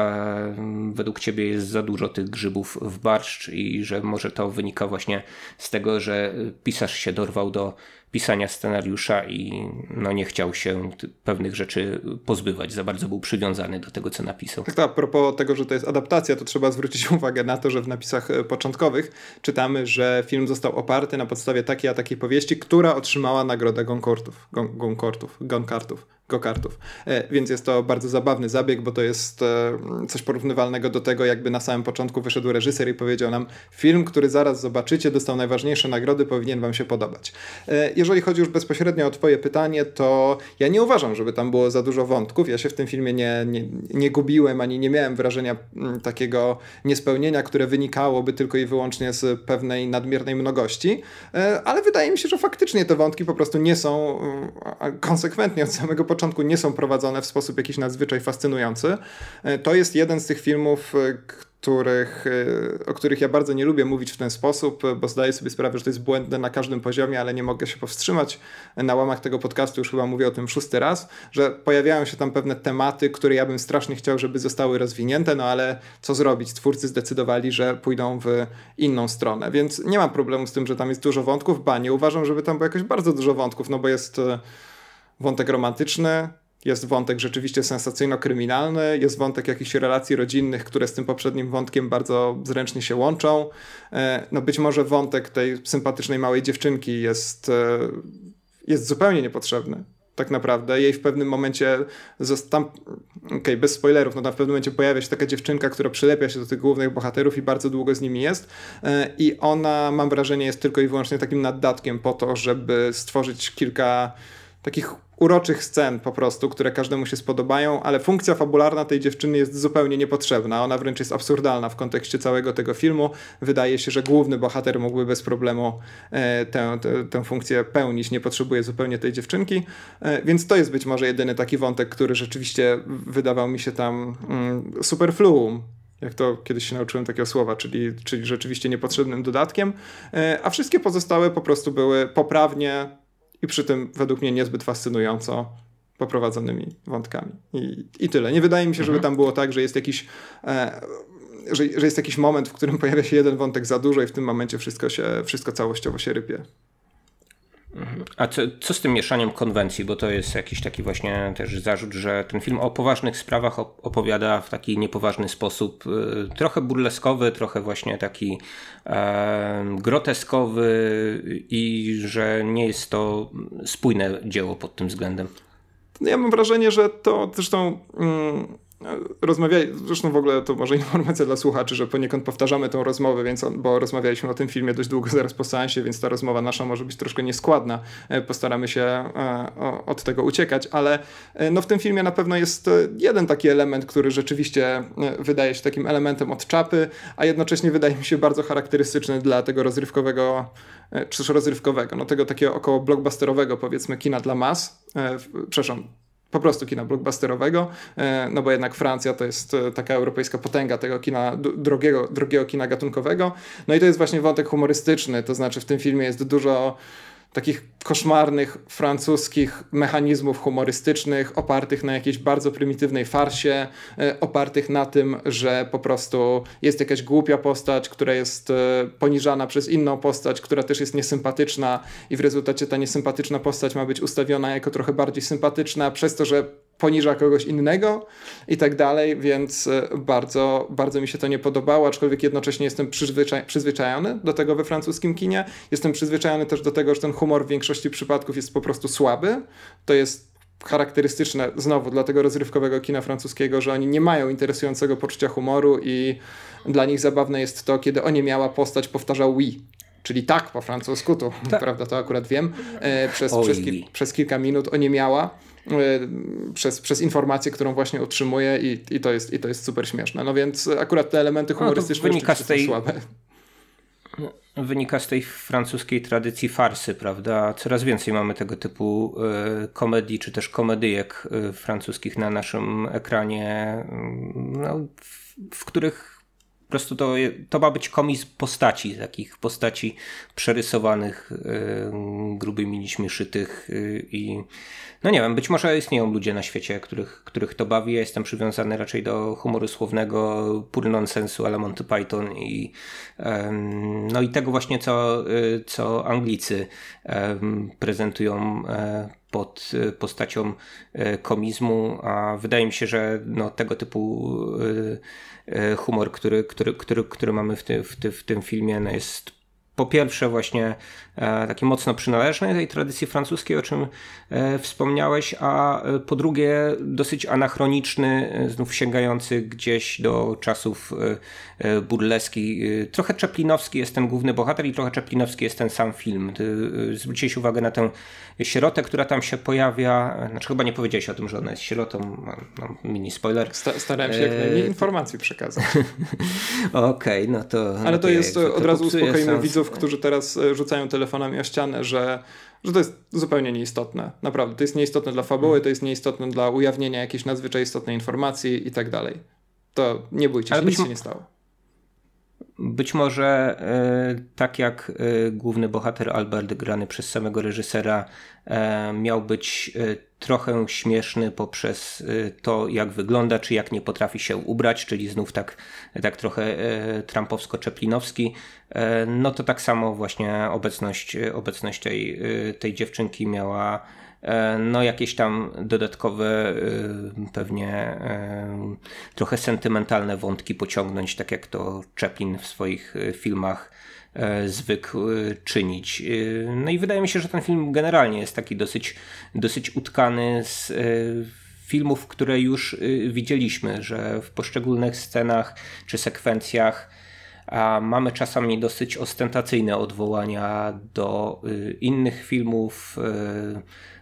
według ciebie jest za dużo tych grzybów w barszcz i że może to wynika właśnie z tego, że pisarz się dorwał do pisania scenariusza i no nie chciał się pewnych rzeczy pozbywać, za bardzo był przywiązany do tego, co napisał. Tak, tak, a propos tego, że to jest adaptacja, to trzeba zwrócić uwagę na to, że w napisach początkowych czytamy, że film został oparty na podstawie takiej a takiej powieści, która otrzymała nagrodę Goncourtów, Goncourtów, Goncourtów, Gokartów. E, więc jest to bardzo zabawny zabieg, bo to jest e, coś porównywalnego do tego, jakby na samym początku wyszedł reżyser i powiedział nam: film, który zaraz zobaczycie, dostał najważniejsze nagrody, powinien wam się podobać. E, jeżeli chodzi już bezpośrednio o twoje pytanie, to ja nie uważam, żeby tam było za dużo wątków. Ja się w tym filmie nie, nie, nie gubiłem, ani nie miałem wrażenia m, takiego niespełnienia, które wynikałoby tylko i wyłącznie z pewnej nadmiernej mnogości. E, ale wydaje mi się, że faktycznie te wątki po prostu nie są e, konsekwentnie od samego początku początku nie są prowadzone w sposób jakiś nadzwyczaj fascynujący. To jest jeden z tych filmów, których, o których ja bardzo nie lubię mówić w ten sposób, bo zdaję sobie sprawę, że to jest błędne na każdym poziomie, ale nie mogę się powstrzymać. Na łamach tego podcastu już chyba mówię o tym szósty raz, że pojawiają się tam pewne tematy, które ja bym strasznie chciał, żeby zostały rozwinięte, no ale co zrobić? Twórcy zdecydowali, że pójdą w inną stronę, więc nie mam problemu z tym, że tam jest dużo wątków, ba, nie uważam, żeby tam było jakoś bardzo dużo wątków, no bo jest wątek romantyczny, jest wątek rzeczywiście sensacyjno-kryminalny, jest wątek jakichś relacji rodzinnych, które z tym poprzednim wątkiem bardzo zręcznie się łączą. No być może wątek tej sympatycznej małej dziewczynki jest, jest zupełnie niepotrzebny. Tak naprawdę. Jej w pewnym momencie zostam... Okej, okay, bez spoilerów, no tam w pewnym momencie pojawia się taka dziewczynka, która przylepia się do tych głównych bohaterów i bardzo długo z nimi jest. I ona, mam wrażenie, jest tylko i wyłącznie takim naddatkiem po to, żeby stworzyć kilka takich uroczych scen po prostu, które każdemu się spodobają, ale funkcja fabularna tej dziewczyny jest zupełnie niepotrzebna. Ona wręcz jest absurdalna w kontekście całego tego filmu. Wydaje się, że główny bohater mógłby bez problemu e, tę, tę, tę funkcję pełnić. Nie potrzebuje zupełnie tej dziewczynki. E, więc to jest być może jedyny taki wątek, który rzeczywiście wydawał mi się tam mm, superfluum. Jak to kiedyś się nauczyłem takiego słowa, czyli, czyli rzeczywiście niepotrzebnym dodatkiem. E, a wszystkie pozostałe po prostu były poprawnie i przy tym według mnie niezbyt fascynująco poprowadzonymi wątkami. I, i tyle. Nie wydaje mi się, żeby tam było tak, że jest jakiś e, że, że jest jakiś moment, w którym pojawia się jeden wątek za dużo i w tym momencie wszystko się, wszystko całościowo się rypie. A co, co z tym mieszaniem konwencji? Bo to jest jakiś taki właśnie też zarzut, że ten film o poważnych sprawach opowiada w taki niepoważny sposób, trochę burleskowy, trochę właśnie taki e, groteskowy i że nie jest to spójne dzieło pod tym względem. Ja mam wrażenie, że to zresztą... Mm, Rozmawiali, zresztą w ogóle to może informacja dla słuchaczy, że poniekąd powtarzamy tę rozmowę, więc on, bo rozmawialiśmy o tym filmie dość długo zaraz po seansie, więc ta rozmowa nasza może być troszkę nieskładna. Postaramy się e, od tego uciekać, ale e, no w tym filmie na pewno jest jeden taki element, który rzeczywiście wydaje się takim elementem od czapy, a jednocześnie wydaje mi się bardzo charakterystyczny dla tego rozrywkowego, e, czy też rozrywkowego, no tego takiego około blockbusterowego powiedzmy kina dla mas, e, przepraszam, po prostu kina blockbusterowego, no bo jednak Francja to jest taka europejska potęga tego kina, drogiego, drogiego kina gatunkowego. No i to jest właśnie wątek humorystyczny, to znaczy w tym filmie jest dużo takich koszmarnych francuskich mechanizmów humorystycznych opartych na jakiejś bardzo prymitywnej farsie, opartych na tym, że po prostu jest jakaś głupia postać, która jest poniżana przez inną postać, która też jest niesympatyczna i w rezultacie ta niesympatyczna postać ma być ustawiona jako trochę bardziej sympatyczna przez to, że poniża kogoś innego i tak dalej, więc bardzo, bardzo mi się to nie podobało, aczkolwiek jednocześnie jestem przyzwyczaj- przyzwyczajony do tego we francuskim kinie. Jestem przyzwyczajony też do tego, że ten humor w większości przypadków jest po prostu słaby. To jest charakterystyczne znowu dla tego rozrywkowego kina francuskiego, że oni nie mają interesującego poczucia humoru i dla nich zabawne jest to, kiedy oniemiała postać powtarza oui. Czyli tak po francusku, to tak. Prawda, to akurat wiem, e, przez, przez, ki- przez kilka minut oniemiała. Przez, przez informację, którą właśnie otrzymuje i, i, to jest, i to jest super śmieszne. No więc akurat te elementy humorystyczne no są tej, słabe. Wynika z tej francuskiej tradycji farsy, prawda? Coraz więcej mamy tego typu y, komedii, czy też komedyjek y, francuskich na naszym ekranie, y, no, w, w których po prostu to, to ma być komiks postaci, takich postaci przerysowanych, yy, grubymi nićmi szytych yy, i no nie wiem, być może istnieją ludzie na świecie, których, których to bawi. Ja jestem przywiązany raczej do humoru słownego, pur nonsensu a la Monty Python i yy, no i tego właśnie, co, yy, co Anglicy yy, prezentują yy, pod postacią komizmu, a wydaje mi się, że no, tego typu humor, który, który, który, który mamy w, ty, w, ty, w tym filmie, no, jest po pierwsze właśnie e, taki mocno przynależny tej tradycji francuskiej, o czym e, wspomniałeś, a e, po drugie dosyć anachroniczny, e, znów sięgający gdzieś do czasów e, e, burleski. E, trochę czeplinowski jest ten główny bohater i trochę czeplinowski jest ten sam film. Ty, e, zwróciłeś uwagę na tę sierotę, która tam się pojawia. Znaczy chyba nie powiedziałeś o tym, że ona jest sierotą. No, mini spoiler. Sta- starałem się jak najmniej e... informacji przekazać. Okej, okay, no to... Ale no to jest, to od razu uspokoimy sens. widzów, którzy teraz rzucają telefonami o ścianę, że, że to jest zupełnie nieistotne. Naprawdę, to jest nieistotne dla fabuły, to jest nieistotne dla ujawnienia jakiejś nadzwyczaj istotnej informacji i tak dalej. To nie bójcie się, nic się nie stało. Być może y, tak jak y, główny bohater Albert, grany przez samego reżysera, y, miał być y, trochę śmieszny poprzez y, to, jak wygląda, czy jak nie potrafi się ubrać, czyli znów tak, tak trochę y, trumpowsko-czeplinowski, y, no to tak samo właśnie obecność, obecność tej, y, tej dziewczynki miała no jakieś tam dodatkowe, pewnie trochę sentymentalne wątki pociągnąć, tak jak to Chaplin w swoich filmach zwykł czynić. No i wydaje mi się, że ten film generalnie jest taki dosyć, dosyć utkany z filmów, które już widzieliśmy, że w poszczególnych scenach czy sekwencjach a mamy czasami dosyć ostentacyjne odwołania do y, innych filmów, y,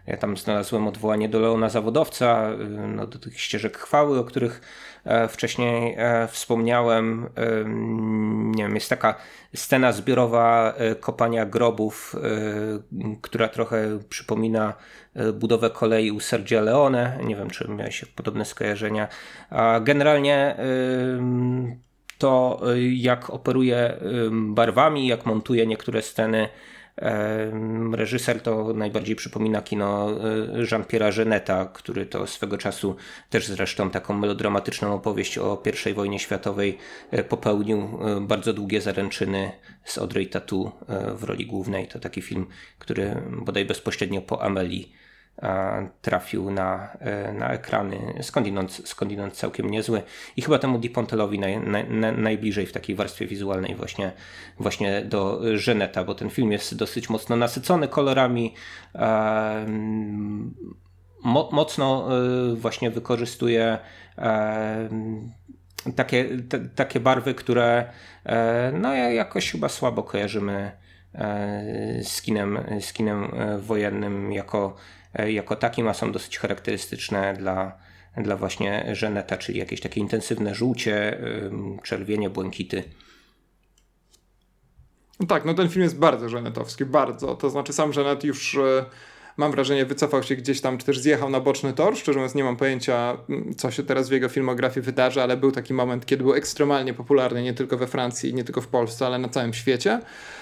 Ja tam znalazłem odwołanie do Leona Zawodowca, no, do tych ścieżek chwały, o których wcześniej wspomniałem. Nie wiem, jest taka scena zbiorowa kopania grobów, która trochę przypomina budowę kolei u Sergia Leone. Nie wiem, czy miałeś podobne skojarzenia. Generalnie to, jak operuje barwami, jak montuje niektóre sceny reżyser, to najbardziej przypomina kino Jean-Pierre'a Jeuneta, który to swego czasu też zresztą taką melodramatyczną opowieść o pierwszej wojnie światowej popełnił. Bardzo długie zaręczyny z Audrey Tautou w roli głównej. To taki film, który bodaj bezpośrednio po Amelii trafił na, na ekrany, skądinąd, skądinąd całkiem niezły i chyba temu Dupontelowi naj, naj, najbliżej w takiej warstwie wizualnej właśnie, właśnie do Jeuneta, bo ten film jest dosyć mocno nasycony kolorami, e, mo, mocno e, właśnie wykorzystuje e, takie, te, takie barwy, które e, no jakoś chyba słabo kojarzymy e, z kinem, z kinem wojennym jako jako takim, a są dosyć charakterystyczne dla, dla właśnie Jeuneta, czyli jakieś takie intensywne żółcie, czerwienie, błękity. Tak, no ten film jest bardzo żenetowski, bardzo. To znaczy sam Jeunet już, mam wrażenie, wycofał się gdzieś tam, czy też zjechał na boczny tor. Szczerze mówiąc, nie mam pojęcia, co się teraz w jego filmografii wydarzy, ale był taki moment, kiedy był ekstremalnie popularny nie tylko we Francji, nie tylko w Polsce, ale na całym świecie.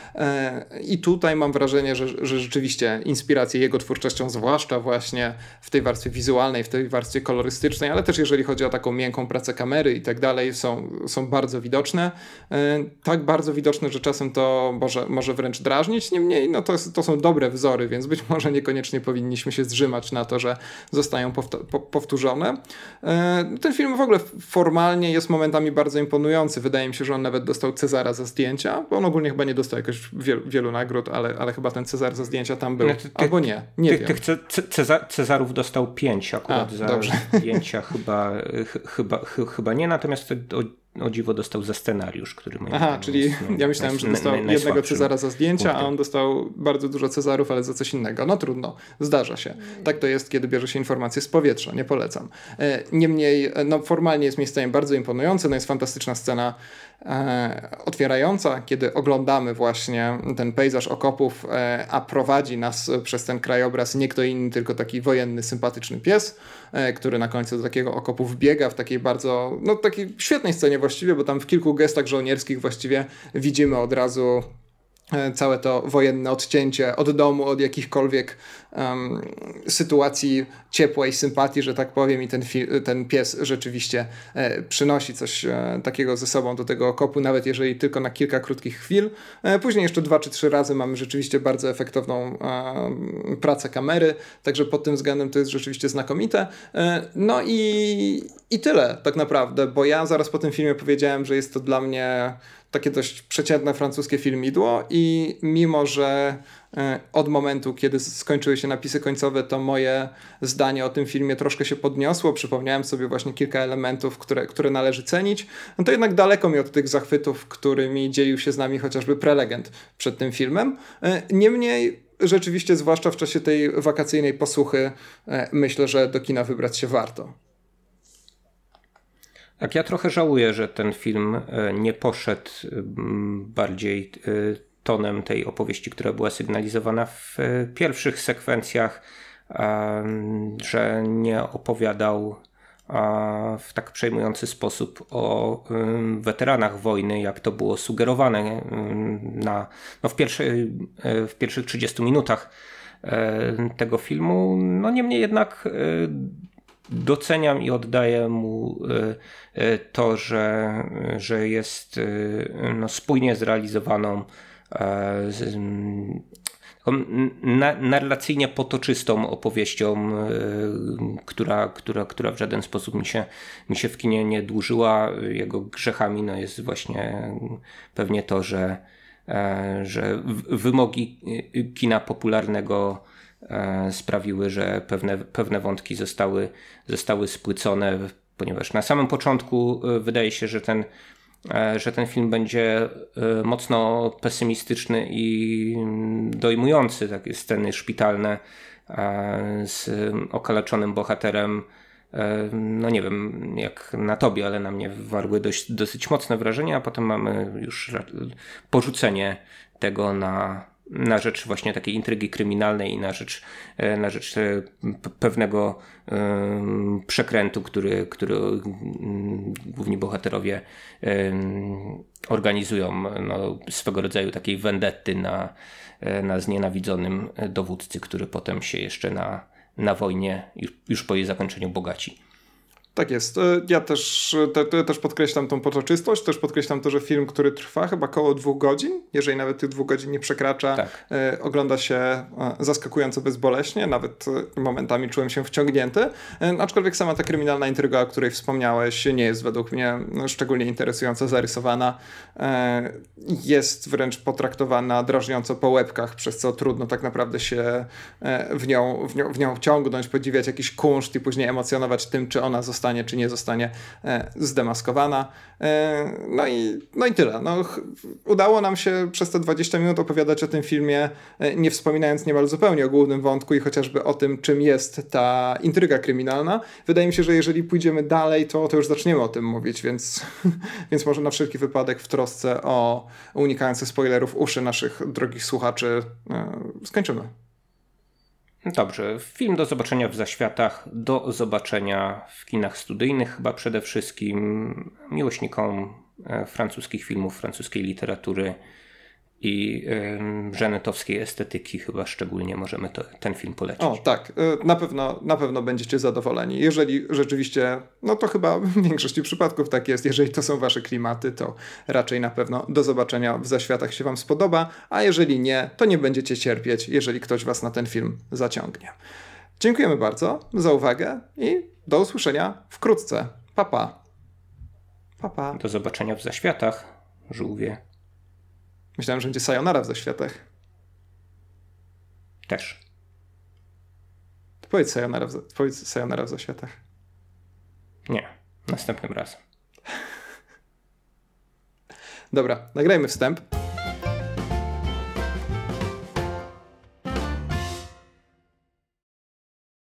I tutaj mam wrażenie, że, że rzeczywiście inspiracje jego twórczością, zwłaszcza właśnie w tej warstwie wizualnej, w tej warstwie kolorystycznej, ale też jeżeli chodzi o taką miękką pracę kamery i tak dalej, są, są bardzo widoczne. Tak bardzo widoczne, że czasem to może, może wręcz drażnić. Niemniej no to, to są dobre wzory, więc być może niekoniecznie powinniśmy się zrzymać na to, że zostają powto- powtórzone. Ten film w ogóle formalnie jest momentami bardzo imponujący. Wydaje mi się, że on nawet dostał Cezara za zdjęcia, bo on ogólnie chyba nie dostał jakoś Wielu, wielu nagród, ale, ale chyba ten Cezar za zdjęcia tam był. No, ty, albo nie, nie ty, wiem. Tych ce, Ceza, Cezarów dostał pięć akurat A, za dobrze. zdjęcia, chyba, ch, chyba, ch, chyba nie, natomiast o, o dziwo dostał za scenariusz, który moim Aha, czyli jest ja myślałem, że dostał naj, jednego Cezara za zdjęcia, punktem. A on dostał bardzo dużo Cezarów, ale za coś innego. No trudno, zdarza się. Tak to jest, kiedy bierze się informacje z powietrza, nie polecam. Niemniej, no formalnie jest miejscem bardzo imponujące, no jest fantastyczna scena e, otwierająca, kiedy oglądamy właśnie ten pejzaż okopów, e, a prowadzi nas przez ten krajobraz nie kto inny, tylko taki wojenny, sympatyczny pies, e, który na końcu do takiego okopu wbiega w takiej bardzo, no takiej świetnej scenie właściwie, bo tam w kilku gestach żołnierskich właściwie widzimy od razu całe to wojenne odcięcie od domu, od jakichkolwiek um, sytuacji ciepłej sympatii, że tak powiem, i ten, fi- ten pies rzeczywiście e, przynosi coś e, takiego ze sobą do tego okopu, nawet jeżeli tylko na kilka krótkich chwil. E, później jeszcze dwa czy trzy razy mamy rzeczywiście bardzo efektowną e, pracę kamery, także pod tym względem to jest rzeczywiście znakomite. E, no i, i tyle tak naprawdę, bo ja zaraz po tym filmie powiedziałem, że jest to dla mnie takie dość przeciętne francuskie filmidło i mimo, że od momentu, kiedy skończyły się napisy końcowe, to moje zdanie o tym filmie troszkę się podniosło, przypomniałem sobie właśnie kilka elementów, które, które należy cenić, no to jednak daleko mi od tych zachwytów, którymi dzielił się z nami chociażby prelegent przed tym filmem. Niemniej rzeczywiście, zwłaszcza w czasie tej wakacyjnej posłuchy, myślę, że do kina wybrać się warto. Tak, ja trochę żałuję, że ten film nie poszedł bardziej tonem tej opowieści, która była sygnalizowana w pierwszych sekwencjach, że nie opowiadał w tak przejmujący sposób o weteranach wojny, jak to było sugerowane na, no w, pierwszej, w pierwszych trzydziestu minutach tego filmu. No niemniej jednak doceniam i oddaję mu to, że, że jest no, spójnie zrealizowaną, narracyjnie potoczystą opowieścią, która, która, która w żaden sposób mi się, mi się w kinie nie dłużyła. Jego grzechami no, jest właśnie pewnie to, że, że wymogi kina popularnego sprawiły, że pewne, pewne wątki zostały, zostały spłycone, ponieważ na samym początku wydaje się, że ten, że ten film będzie mocno pesymistyczny i dojmujący, takie sceny szpitalne z okaleczonym bohaterem. No nie wiem jak na tobie, ale na mnie wywarły dość, dosyć mocne wrażenie, a potem mamy już porzucenie tego na, na rzecz właśnie takiej intrygi kryminalnej i na rzecz, na rzecz pewnego um, przekrętu, który, który um, główni bohaterowie um, organizują, no, swego rodzaju takiej vendetty na, na znienawidzonym dowódcy, który potem się jeszcze na na wojnie już, już po jej zakończeniu bogaci. Tak jest. Ja też, te, te, też podkreślam tą potoczystość, też podkreślam to, że film, który trwa chyba około dwóch godzin, jeżeli nawet tych dwóch godzin nie przekracza, tak. e, ogląda się e, zaskakująco bezboleśnie, nawet e, momentami czułem się wciągnięty, e, aczkolwiek sama ta kryminalna intryga, o której wspomniałeś, nie jest według mnie szczególnie interesująco zarysowana. E, jest wręcz potraktowana drażniąco po łebkach, przez co trudno tak naprawdę się e, w, nią, w, nią, w nią wciągnąć, podziwiać jakiś kunszt i później emocjonować tym, czy ona została zostanie, czy nie zostanie e, zdemaskowana. E, no, i, no i tyle. No, ch- udało nam się przez te dwadzieścia minut opowiadać o tym filmie, e, nie wspominając niemal zupełnie o głównym wątku i chociażby o tym, czym jest ta intryga kryminalna. Wydaje mi się, że jeżeli pójdziemy dalej, to, to już zaczniemy o tym mówić, więc, więc może na wszelki wypadek w trosce o unikające spoilerów uszy naszych drogich słuchaczy e, skończymy. Dobrze, film do zobaczenia w zaświatach, do zobaczenia w kinach studyjnych, chyba przede wszystkim miłośnikom francuskich filmów, francuskiej literatury i y, żenetowskiej estetyki chyba szczególnie możemy to, ten film polecić. O tak, na pewno, na pewno będziecie zadowoleni. Jeżeli rzeczywiście, no to chyba w większości przypadków tak jest, jeżeli to są wasze klimaty, to raczej na pewno do zobaczenia w zaświatach się wam spodoba, a jeżeli nie, to nie będziecie cierpieć, jeżeli ktoś was na ten film zaciągnie. Dziękujemy bardzo za uwagę i do usłyszenia wkrótce. Pa, pa. Pa, pa. Do zobaczenia w zaświatach, żółwie. Myślałem, że będzie sayonara w zaświatach. Też. Powiedz sayonara w, powiedz sayonara w zaświatach. Nie, następnym razem. Dobra, nagrajmy wstęp.